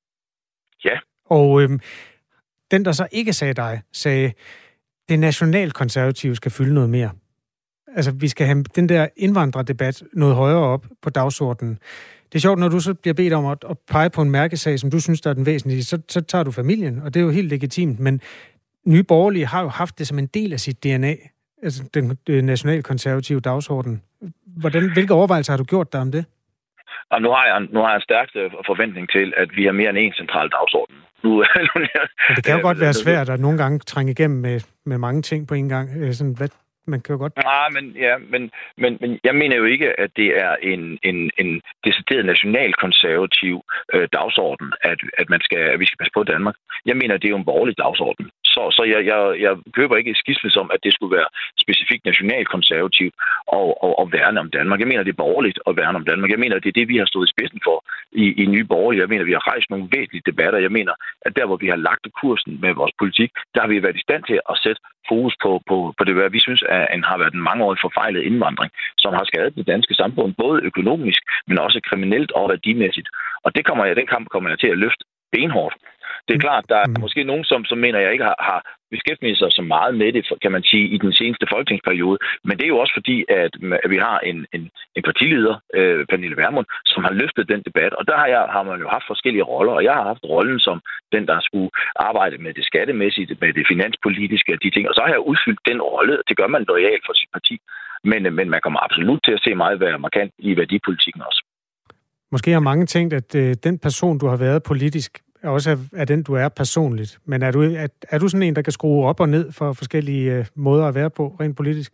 Ja. Og øh, den, der så ikke sagde dig, sagde, det nationalkonservative skal fylde noget mere. Altså, vi skal have den der indvandrerdebat noget højere op på dagsordenen. Det er sjovt, når du så bliver bedt om at, at pege på en mærkesag, som du synes, der er den væsentlige, så, så tager du familien, og det er jo helt legitimt. Men Nye Borgerlige har jo haft det som en del af sit D N A, altså den, den nationalkonservative dagsorden. Hvordan, hvilke overvejelser har du gjort dig om det? Og nu har jeg nu har jeg en stærk forventning til, at vi har mere end en central dagsorden. Nu, Men det kan jo godt være svært at nogle gange trænge igennem med, med mange ting på en gang. Sådan, hvad, man kan jo godt... Nej, men, ja, men, men, men jeg mener jo ikke, at det er en, en, en decideret nationalkonservativ øh, dagsorden, at, at, man skal, at vi skal passe på Danmark. Jeg mener, at det er jo en borgerlig dagsorden. Så, så jeg, jeg, jeg køber ikke et skisme som, at det skulle være specifikt nationalkonservativ og, og, og værne om Danmark. Jeg mener, det er borgerligt at værne om Danmark. Jeg mener, det er det, vi har stået i spidsen for i, i Nye Borgerlige. Jeg mener, vi har rejst nogle væsentlige debatter. Jeg mener, at der, hvor vi har lagt kursen med vores politik, der har vi været i stand til at sætte fokus på, på, på det, hvad vi synes er, en, har været en mangeårig forfejlet indvandring, som har skadet det danske samfund, både økonomisk, men også kriminelt og værdimæssigt. Og det kommer jeg, den kamp kommer jeg til at løfte benhårdt. Det er klart, der er måske nogen, som, som mener, at jeg ikke har, har beskæftiget sig så meget med det, kan man sige, i den seneste folketingsperiode. Men det er jo også fordi, at, at vi har en, en, en partileder, øh, Pernille Vermund, som har løftet den debat. Og der har, jeg, har man jo haft forskellige roller, og jeg har haft rollen som den, der skulle arbejde med det skattemæssige, med det finanspolitiske og de ting. Og så har jeg udfyldt den rolle, det gør man loyalt for sit parti. Men, men man kommer absolut til at se meget være markant i værdipolitikken også. Måske har mange tænkt, at øh, den person, du har været politisk, også er den, du er personligt. Men er du, er, er du sådan en, der kan skrue op og ned for forskellige øh, måder at være på, rent politisk?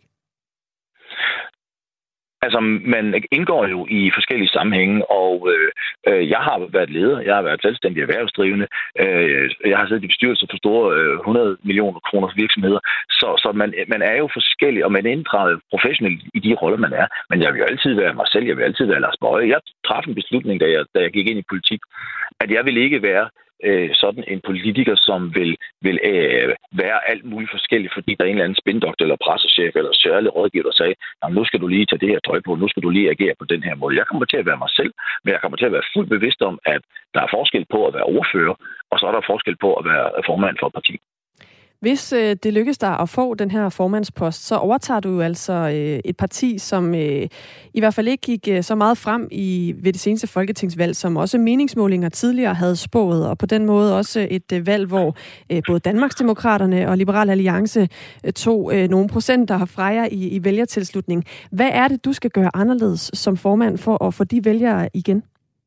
Altså, man indgår jo i forskellige sammenhænge, og øh, øh, jeg har været leder, jeg har været selvstændig erhvervsdrivende, øh, jeg har siddet i bestyrelser for store øh, hundrede millioner kroners virksomheder, så, så man, man er jo forskellig, og man er inddraget professionelt i de roller, man er. Men jeg vil jo altid være mig selv, jeg vil altid være Lars Boje. Jeg traf en beslutning, da jeg, da jeg gik ind i politik, at jeg ville ikke være øh, sådan en politiker, som vil, vil øh, være alt muligt forskelligt, fordi der er en eller anden spindoktor eller pressechef eller særlig rådgiver, der sagde, nu skal du lige tage det her tøj på, nu skal du lige agere på den her måde. Jeg kommer til at være mig selv, men jeg kommer til at være fuldt bevidst om, at der er forskel på at være ordfører, og så er der forskel på at være formand for et parti. Hvis øh, det lykkes dig at få den her formandspost, så overtager du jo altså øh, et parti, som øh, i hvert fald ikke gik øh, så meget frem i ved det seneste folketingsvalg, som også meningsmålinger tidligere havde spået, og på den måde også et øh, valg, hvor øh, både Danmarksdemokraterne og Liberal Alliance øh, tog øh, nogle procenter fra jer i, i vælgertilslutning. Hvad er det, du skal gøre anderledes som formand for at få de vælgere igen?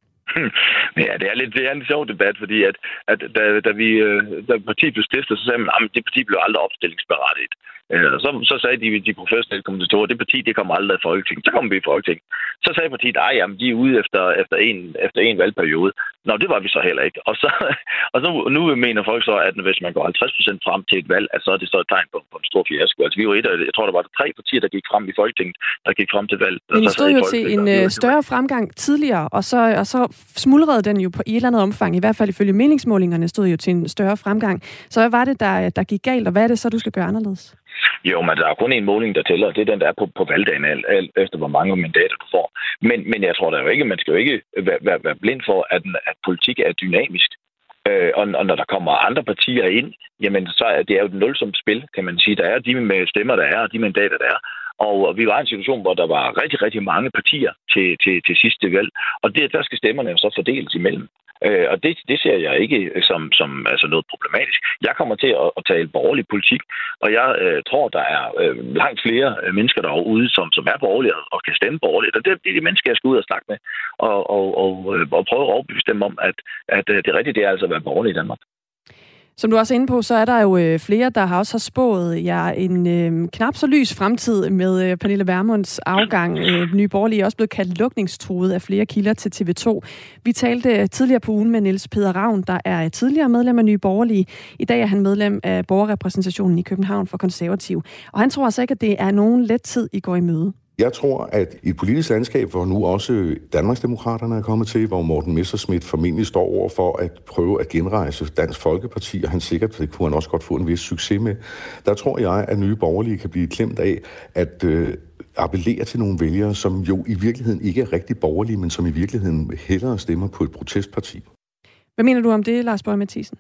Ja, det er lidt det er en sjov debat, fordi at, at da, da vi da partiet blev stiftet, så sagde man, at det parti blev aldrig opstillingsberettiget. Så, så sagde de, de professionelle kommentatorer, det parti, det kommer aldrig i Folketinget. Så kommer vi i Folketinget. Så sagde partiet, at jamen, de er ude efter, efter, en, efter en valgperiode. Nå, det var vi så heller ikke. Og, så, og så, nu mener folk så, at hvis man går halvtreds procent frem til et valg, at så er det så et tegn på, på en stor fiasko. Altså, vi var et af, jeg tror, der var tre partier, der gik frem i Folketinget, der gik frem til valg. Men I stod jo til en større fremgang tidligere, og så, og så smuldrede den jo på i et eller andet omfang, i hvert fald ifølge meningsmålingerne, stod jo til en større fremgang. Så hvad var det, der, der gik galt, og hvad er det så, du skal gøre anderledes? Jo, men der er kun en måling, der tæller. Det er den, der er på, på valgdagen, alt, alt efter hvor mange mandater du får. Men, men jeg tror da jo ikke, man skal jo ikke være, være, være blind for, at, at politik er dynamisk. Øh, og, og når der kommer andre partier ind, jamen så er det er jo et nulsomt spil, kan man sige. Der er de med stemmer, der er, og de mandater, der er. Og vi var i en situation, hvor der var rigtig, rigtig mange partier til, til, til sidste valg. Og det, der skal stemmerne jo så fordeles imellem. Øh, og det, det ser jeg ikke som, som altså noget problematisk. Jeg kommer til at, at tale borgerlig politik, og jeg øh, tror, der er øh, langt flere mennesker derude, som, som er borgerlige og kan stemme borgerligt. Og det, det er de mennesker, jeg skal ud og snakke med, og, og, og, og prøve at overbevise dem om, at, at det rigtige det er altså at være borgerlig i Danmark. Som du også er inde på, så er der jo øh, flere, der har også har spået jer ja, en øh, knap så lys fremtid med øh, Pernille Vermunds afgang. Øh, Nye Borgerlige er også blevet kaldt lukningstruet af flere kilder til T V to. Vi talte tidligere på ugen med Niels Peder Ravn, der er tidligere medlem af Nye Borgerlige. I dag er han medlem af borgerrepræsentationen i København for Konservativ. Og han tror altså ikke, at det er nogen let tid, I går i møde. Jeg tror, at i et politisk landskab, hvor nu også Danmarksdemokraterne er kommet til, hvor Morten Messerschmidt formentlig står over for at prøve at genrejse Dansk Folkeparti, og han sikkert, det kunne han også godt få en vis succes med, der tror jeg, at Nye Borgerlige kan blive klemt af at øh, appellere til nogle vælgere, som jo i virkeligheden ikke er rigtig borgerlige, men som i virkeligheden hellere stemmer på et protestparti. Hvad mener du om det, Lars Boje Mathiesen?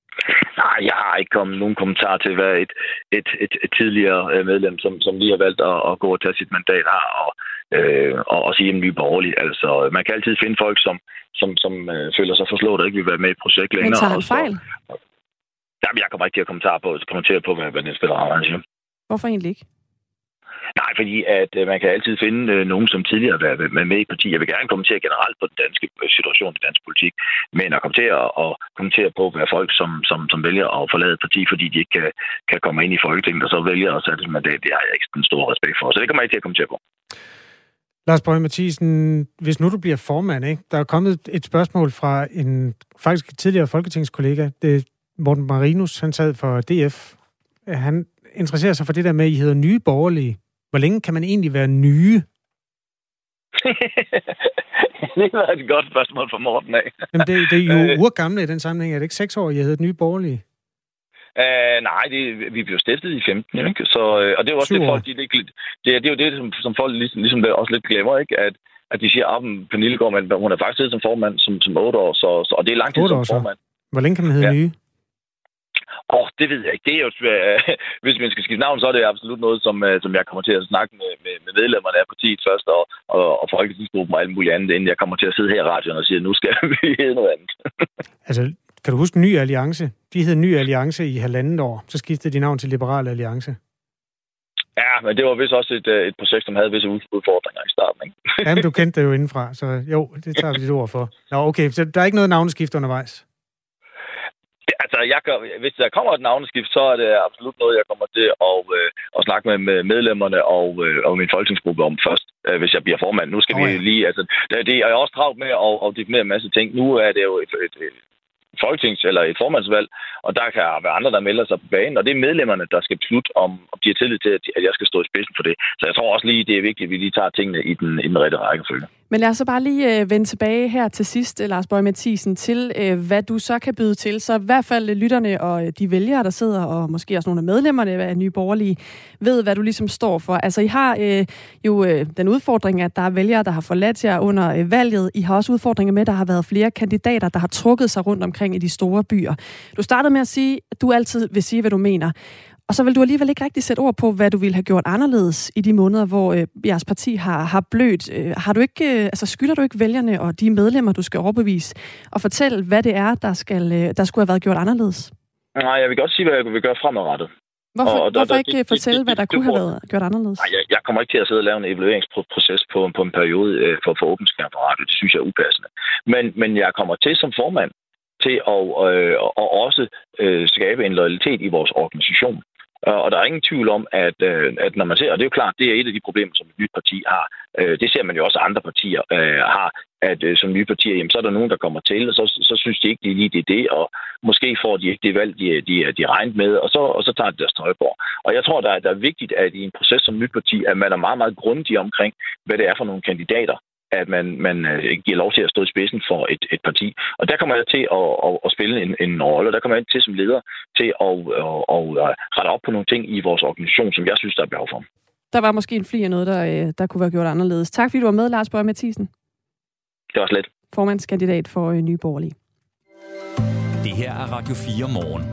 Nej, jeg har ikke kommet nogen kommentar til, hvad et, et, et, et tidligere medlem, som, som lige har valgt at, at gå og tage sit mandat har, og, øh, og, og sige en ny borgerlig. Altså, man kan altid finde folk, som, som, som øh, føler sig forslået og ikke vil være med i et projekt længere. Men tager han fejl? Så, jamen, jeg kommer ikke til at kommentere på, kommentere på hvad, hvad den spiller af, siger. Hvorfor egentlig ikke? Nej, fordi at øh, man kan altid finde øh, nogen, som tidligere har været med, med i parti. Jeg vil gerne kommentere generelt på den danske situation i dansk politik, men at kommentere og kommentere på, hvad folk, som, som, som vælger at forlade parti, fordi de ikke kan, kan komme ind i Folketinget, og så vælger at sætte et mandat, det har jeg ikke den store respekt for. Så det kommer jeg ikke til at kommentere på. Lars Boje Mathiesen, hvis nu du bliver formand, ikke? Der er kommet et spørgsmål fra en faktisk tidligere folketingskollega, det er Morten Marinus, han sad for D F. Han interesserer sig for det der med, at I hedder Nye Borgerlige. Hvor længe kan man egentlig være nye? Det var et godt spørgsmål fra Morten af. Jamen det, det er jo øh, urgamle i den sammenhæng. Er det ikke seks år, I har heddet Nye Borgerlige? Uh, nej, det, vi blev stiftet i femten, ikke? Så, og det er jo også det, folk, de, det, det, det er jo det, som, som folk ligesom, ligesom også lidt glemmer, ikke? At, at de siger, at Pernille Gormand, hun er faktisk siddet som formand som, som otte år, så, så, og det er lang tid som formand. Hvor længe kan man hedde ja. nye? Åh, oh, det ved jeg ikke. Det er jo, uh, hvis man skal skifte navn, så er det absolut noget, som, uh, som jeg kommer til at snakke med, med, med medlemmerne af partiet først, og, og, og folketingsgruppen og alt muligt andet, inden jeg kommer til at sidde her i radioen og sige, at nu skal vi hedde noget andet. Altså, kan du huske Ny Alliance? De hed Ny Alliance i halvandet år. Så skiftede de navn til Liberal Alliance. Ja, men det var vist også et, et projekt, som havde visse udfordringer i starten, ikke? Jamen, du kendte det jo indenfra, så jo, det tager vi dit ord for. Nå, okay, så der er ikke noget navneskift undervejs? Altså, jeg kan, hvis der kommer et navneskift, så er det absolut noget, jeg kommer til at, øh, at snakke med, med medlemmerne og, øh, og min folketingsgruppe om først, øh, hvis jeg bliver formand. Nu skal oh, ja. vi lige... Altså, det, det er jeg også travlt med at, at definere en masse ting. Nu er det jo et, et, et folketings- eller et formandsvalg, og der kan være andre, der melder sig på banen, og det er medlemmerne, der skal beslutte, om, om de har tillid til, at jeg skal stå i spidsen for det. Så jeg tror også lige, det er vigtigt, at vi lige tager tingene i den, i den rette rækkefølge. Men lad os så bare lige øh, vende tilbage her til sidst, Lars Boje Mathiesen, til øh, hvad du så kan byde til. Så i hvert fald lytterne og de vælgere, der sidder, og måske også nogle af medlemmerne af Nye Borgerlige, ved, hvad du ligesom står for. Altså, I har øh, jo øh, den udfordring, at der er vælgere, der har forladt jer under øh, valget. I har også udfordringer med, at der har været flere kandidater, der har trukket sig rundt omkring i de store byer. Du startede med at sige, at du altid vil sige, hvad du mener. Og så vil du alligevel ikke rigtig sætte ord på, hvad du ville have gjort anderledes i de måneder, hvor øh, jeres parti har, har blødt. Øh, har du ikke, øh, altså skylder du ikke vælgerne og de medlemmer, du skal overbevise, og fortælle, hvad det er, der, skal, øh, der skulle have været gjort anderledes? Nej, jeg vil godt sige, hvad jeg vil gøre fremadrettet. Hvorfor, og, hvorfor og, ikke det, fortælle, det, det, hvad der det, kunne det, have været gjort anderledes? Nej, jeg, jeg kommer ikke til at sidde og lave en evalueringsproces på, på en periode øh, for, for åbent skærm på radio. Det synes jeg er upassende. Men, men jeg kommer til som formand til at øh, og også øh, skabe en loyalitet i vores organisation. Og der er ingen tvivl om, at, at når man ser, og det er jo klart, det er et af de problemer, som et nyt parti har. Det ser man jo også, andre partier har, at som nye partier, jamen, så er der nogen, der kommer til, og så, så synes de ikke, det er lige det, det, og måske får de ikke det valg, de, de, de regnet med, og så, og så tager de deres tøjborg. Og jeg tror, der er, der er vigtigt, at i en proces som nyt parti, at man er meget, meget grundig omkring, hvad det er for nogle kandidater, at man, man giver lov til at stå i spidsen for et, et parti. Og der kommer jeg til at, at, at spille en, en rolle, og der kommer jeg til som leder til at, at, at rette op på nogle ting i vores organisation, som jeg synes, der er behov for. Der var måske en fli af noget, der, der kunne være gjort anderledes. Tak fordi du var med, Lars Boje Mathiesen. Det var slet. Formandskandidat for Nye Borgerlige. Det her er Radio fire morgen.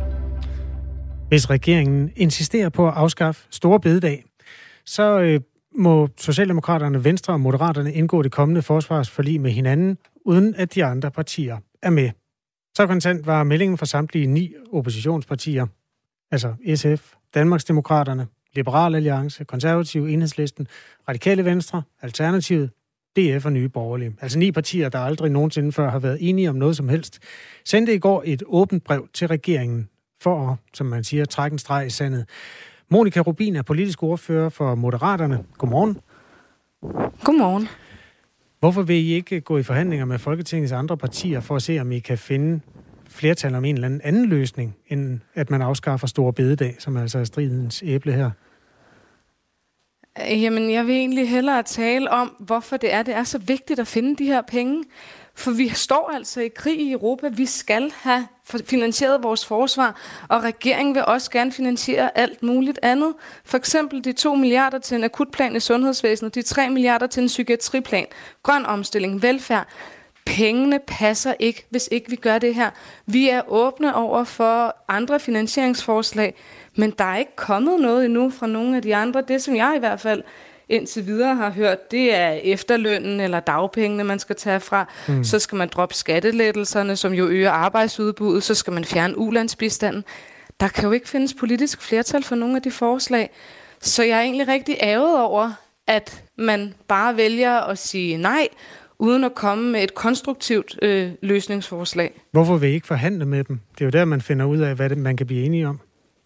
Hvis regeringen insisterer på at afskaffe store bededag, så øh, må Socialdemokraterne, Venstre og Moderaterne indgå det kommende forsvarsforlig med hinanden, uden at de andre partier er med. Så kontant var meldingen fra samtlige ni oppositionspartier, altså S F, Danmarksdemokraterne, Liberal Alliance, Konservative, Enhedslisten, Radikale Venstre, Alternativet, D F og Nye Borgerlige. Altså ni partier, der aldrig nogensinde før har været enige om noget som helst, sendte i går et åbent brev til regeringen for at, som man siger, trække en streg i sandet. Monika Rubin er politisk ordfører for Moderaterne. Godmorgen. Godmorgen. Hvorfor vil I ikke gå i forhandlinger med Folketingets andre partier for at se, om I kan finde flertal om en eller anden anden løsning, end at man afskaffer store bededag, som altså er stridens æble her? Jamen, jeg vil egentlig hellere tale om, hvorfor det er, det er så vigtigt at finde de her penge. For vi står altså i krig i Europa. Vi skal have finansieret vores forsvar, og regeringen vil også gerne finansiere alt muligt andet. For eksempel de to milliarder til en akutplan i sundhedsvæsenet, de tre milliarder til en psykiatriplan, grøn omstilling, velfærd. Pengene passer ikke, hvis ikke vi gør det her. Vi er åbne over for andre finansieringsforslag, men der er ikke kommet noget endnu fra nogle af de andre. Det, som jeg i hvert fald indtil videre har hørt, det er efterlønnen eller dagpengene, man skal tage fra. Mm. Så skal man droppe skattelettelserne, som jo øger arbejdsudbuddet. Så skal man fjerne ulandsbistanden. Der kan jo ikke findes politisk flertal for nogle af de forslag. Så jeg er egentlig rigtig ærget over, at man bare vælger at sige nej, uden at komme med et konstruktivt øh, løsningsforslag. Hvorfor vil I ikke forhandle med dem? Det er jo der, man finder ud af, hvad det, man kan blive enige om.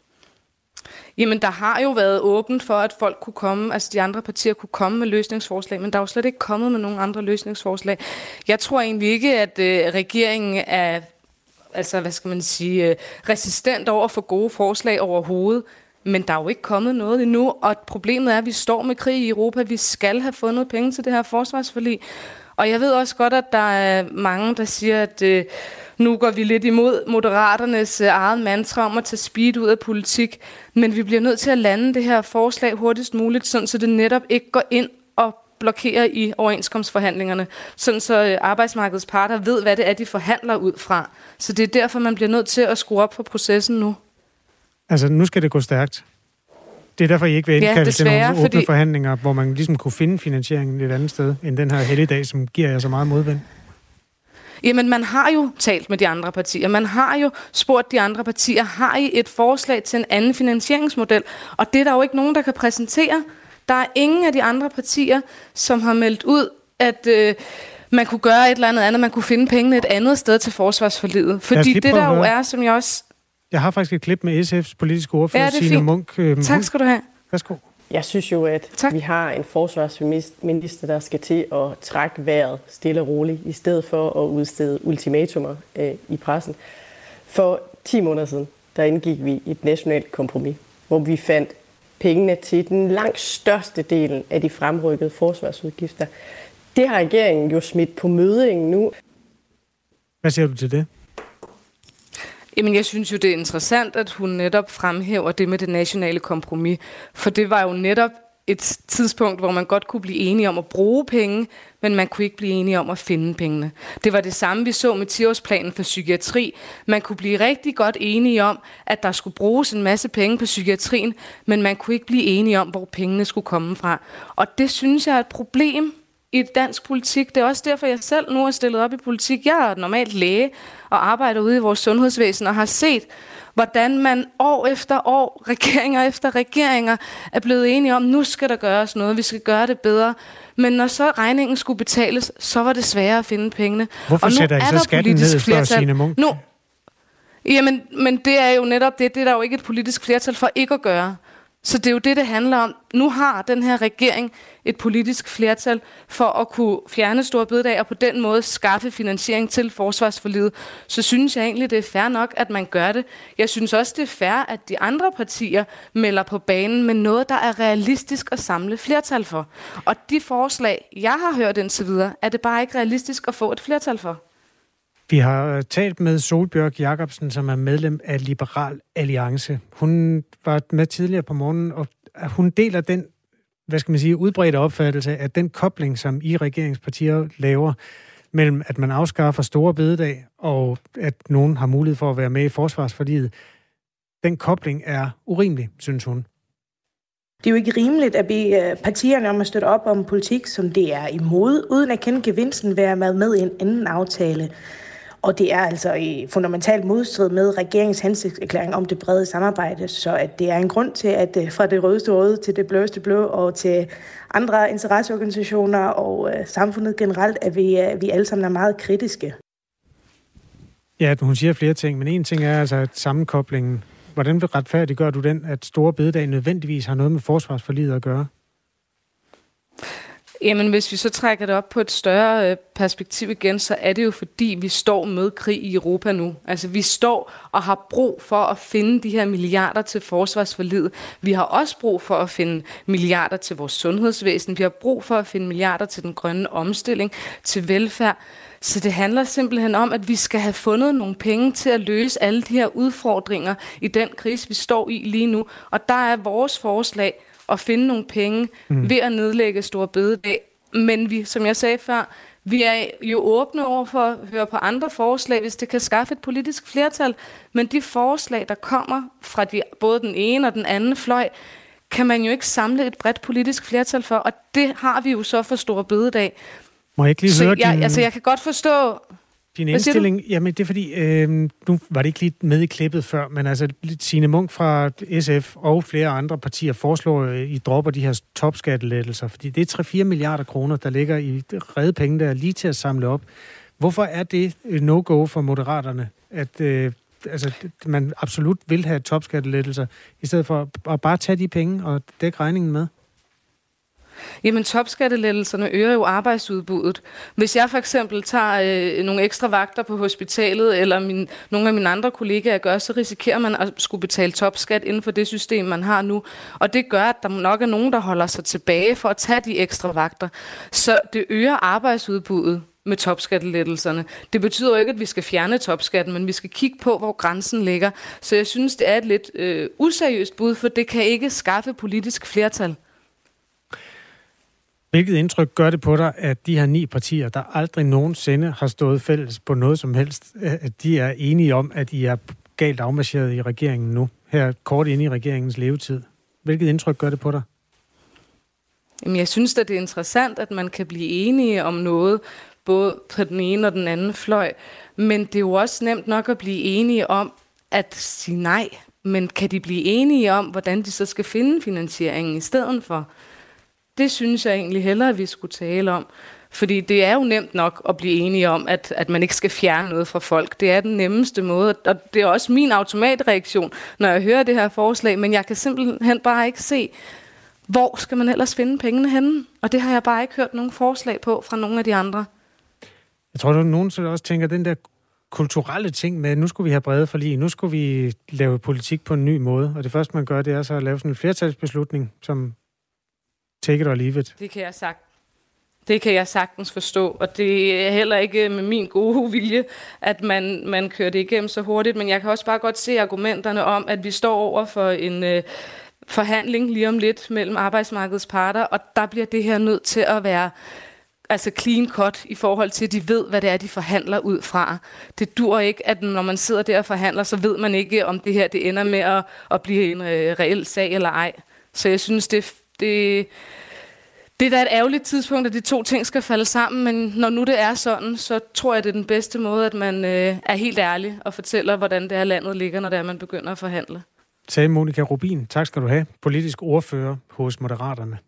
Jamen, der har jo været åbent for, at folk kunne komme, altså de andre partier kunne komme med løsningsforslag, men der er jo slet ikke kommet med nogen andre løsningsforslag. Jeg tror egentlig ikke, at øh, regeringen er, altså hvad skal man sige, øh, resistent over for gode forslag overhovedet, men der er jo ikke kommet noget endnu, og problemet er, at vi står med krig i Europa. Vi skal have fundet penge til det her forsvarsforlig. Og jeg ved også godt, at der er mange, der siger, at øh, nu går vi lidt imod Moderaternes øh, eget mantra om at tage speed ud af politik. Men vi bliver nødt til at lande det her forslag hurtigst muligt, sådan så det netop ikke går ind og blokerer i overenskomstforhandlingerne. Sådan så øh, arbejdsmarkedets parter ved, hvad det er, de forhandler ud fra. Så det er derfor, man bliver nødt til at skrue op for processen nu. Altså, nu skal det gå stærkt. Det er derfor, I ikke vil indkalde ja, til nogle åbne fordi... forhandlinger, hvor man ligesom kunne finde finansieringen et andet sted, end den her helligdag, som giver jer så meget modvind. Jamen, man har jo talt med de andre partier. Man har jo spurgt de andre partier, har I et forslag til en anden finansieringsmodel? Og det er der jo ikke nogen, der kan præsentere. Der er ingen af de andre partier, som har meldt ud, at øh, man kunne gøre et eller andet andet, man kunne finde pengene et andet sted til forsvarsforliget. Fordi det der jo er, som jeg også... Jeg har faktisk et klip med S F's politiske ordfører, ja, Signe Munk. Øh, tak skal du have. Værsgo. Jeg synes jo, at tak. Vi har en forsvarsminister, der skal til at trække vejret stille og roligt, i stedet for at udstede ultimatumer øh, i pressen. For ti måneder siden, der indgik vi et nationalt kompromis, hvor vi fandt pengene til den langt største del af de fremrykkede forsvarsudgifter. Det har regeringen jo smidt på mødingen nu. Hvad siger du til det? Jamen, jeg synes jo, det er interessant, at hun netop fremhæver det med det nationale kompromis. For det var jo netop et tidspunkt, hvor man godt kunne blive enige om at bruge penge, men man kunne ikke blive enige om at finde pengene. Det var det samme, vi så med ti-årsplanen for psykiatri. Man kunne blive rigtig godt enige om, at der skulle bruges en masse penge på psykiatrien, men man kunne ikke blive enige om, hvor pengene skulle komme fra. Og det synes jeg er et problem i dansk politik. Det er også derfor, jeg selv nu er stillet op i politik. Jeg er normalt læge og arbejder ude i vores sundhedsvæsen og har set, hvordan man år efter år, regeringer efter regeringer, er blevet enige om, nu skal der gøres noget, vi skal gøre det bedre. Men når så regningen skulle betales, så var det sværere at finde pengene. Hvorfor og nu sætter I så skatten ned for Signe Munk? Nu, jamen, men det er jo netop det. Det er der jo ikke et politisk flertal for ikke at gøre. Så det er jo det, det handler om. Nu har den her regering et politisk flertal for at kunne fjerne store bededag og på den måde skaffe finansiering til forsvarsforliget. Så synes jeg egentlig, det er fair nok, at man gør det. Jeg synes også, det er fair, at de andre partier melder på banen med noget, der er realistisk at samle flertal for. Og de forslag, jeg har hørt indtil videre, er det bare ikke realistisk at få et flertal for. Vi har talt med Sólbjørg Jakobsen, som er medlem af Liberal Alliance. Hun var med tidligere på morgenen, og hun deler den, hvad skal man sige, udbredte opfattelse af den kobling, som I regeringspartier laver mellem, at man afskaffer store bededag, og at nogen har mulighed for at være med i forsvarsforliget. Den kobling er urimelig, synes hun. Det er jo ikke rimeligt at bede partierne om at støtte op om politik, som det er imod, uden at kende gevinsten ved at være med i en anden aftale. Og det er altså i fundamentalt modstrid med regeringens hensigtserklæring om det brede samarbejde, så at det er en grund til, at fra det rødeste røde til det blødeste blå og til andre interesseorganisationer og uh, samfundet generelt, at vi, uh, vi alle sammen er meget kritiske. Ja, hun siger flere ting, men en ting er altså at sammenkoblingen. Hvordan retfærdiggør du den, at store bededag nødvendigvis har noget med forsvarsforliget at gøre? Jamen, hvis vi så trækker det op på et større øh, perspektiv igen, så er det jo fordi, vi står med krig i Europa nu. Altså, vi står og har brug for at finde de her milliarder til forsvarsforliget. Vi har også brug for at finde milliarder til vores sundhedsvæsen. Vi har brug for at finde milliarder til den grønne omstilling, til velfærd. Så det handler simpelthen om, at vi skal have fundet nogle penge til at løse alle de her udfordringer i den krise, vi står i lige nu. Og der er vores forslag at finde nogle penge mm. ved at nedlægge store bededag. Men vi, som jeg sagde før, vi er jo åbne over for at høre på andre forslag, hvis det kan skaffe et politisk flertal. Men de forslag, der kommer fra de, både den ene og den anden fløj, kan man jo ikke samle et bredt politisk flertal for. Og det har vi jo så for store bededag. Må jeg ikke lige høre jeg, din... Altså, jeg kan godt forstå... Din indstilling, jamen det er fordi, øh, nu var det ikke lige med i klippet før, men altså Signe Munk fra S F og flere andre partier foreslår, at I dropper de her topskattelettelser, fordi det er tre til fire milliarder kroner, der ligger i redde penge, der er lige til at samle op. Hvorfor er det no-go for Moderaterne, at øh, altså, man absolut vil have topskattelettelser, i stedet for at bare tage de penge og dække regningen med? Jamen, topskattelettelserne øger jo arbejdsudbuddet. Hvis jeg for eksempel tager øh, nogle ekstra vagter på hospitalet, eller min, nogle af mine andre kollegaer gør, så risikerer man at skulle betale topskat inden for det system, man har nu. Og det gør, at der nok er nogen, der holder sig tilbage for at tage de ekstra vagter. Så det øger arbejdsudbuddet med topskattelettelserne. Det betyder jo ikke, at vi skal fjerne topskatten, men vi skal kigge på, hvor grænsen ligger. Så jeg synes, det er et lidt øh, useriøst bud, for det kan ikke skaffe politisk flertal. Hvilket indtryk gør det på dig, at de her ni partier, der aldrig nogensinde har stået fælles på noget som helst, at de er enige om, at I er galt afmarcheret i regeringen nu, her kort inde i regeringens levetid? Hvilket indtryk gør det på dig? Jamen, jeg synes, at det er interessant, at man kan blive enige om noget, både på den ene og den anden fløj. Men det er jo også nemt nok at blive enige om at sige nej. Men kan de blive enige om, hvordan de så skal finde finansieringen i stedet for? Det synes jeg egentlig hellere, at vi skulle tale om. Fordi det er jo nemt nok at blive enige om, at, at man ikke skal fjerne noget fra folk. Det er den nemmeste måde, og det er også min automatreaktion, når jeg hører det her forslag. Men jeg kan simpelthen bare ikke se, hvor skal man ellers finde pengene henne? Og det har jeg bare ikke hørt nogen forslag på fra nogen af de andre. Jeg tror, at nogen også tænker, den der kulturelle ting med, at nu skulle vi have brede forlig, nu skulle vi lave politik på en ny måde. Og det første, man gør, det er så at lave sådan en flertalsbeslutning, som take it or leave it. Det kan jeg sagt. Det kan jeg sagtens forstå, og det er heller ikke med min gode vilje, at man, man kører det igennem så hurtigt. Men jeg kan også bare godt se argumenterne om, at vi står over for en øh, forhandling lige om lidt mellem arbejdsmarkedets parter, og der bliver det her nødt til at være altså clean cut i forhold til, at de ved, hvad det er, de forhandler ud fra. Det dur ikke, at når man sidder der og forhandler, så ved man ikke, om det her det ender med at, at blive en øh, reel sag eller ej. Så jeg synes, det, det, det er da et ærgerligt tidspunkt, at de to ting skal falde sammen, men når nu det er sådan, så tror jeg, det er den bedste måde, at man øh, er helt ærlig og fortæller, hvordan det her landet ligger, når det er, man begynder at forhandle. Sagde Monika Rubin. Tak skal du have. Politisk ordfører hos Moderaterne.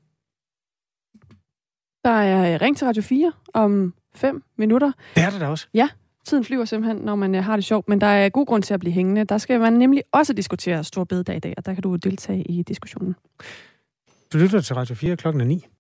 Der er ring til Radio fire om fem minutter. Det er det da også. Ja, tiden flyver simpelthen, når man har det sjovt, men der er god grund til at blive hængende. Der skal man nemlig også diskutere Store Bededag i dag, og der kan du deltage i diskussionen. Du lytter til Radio fire, klokken er ni.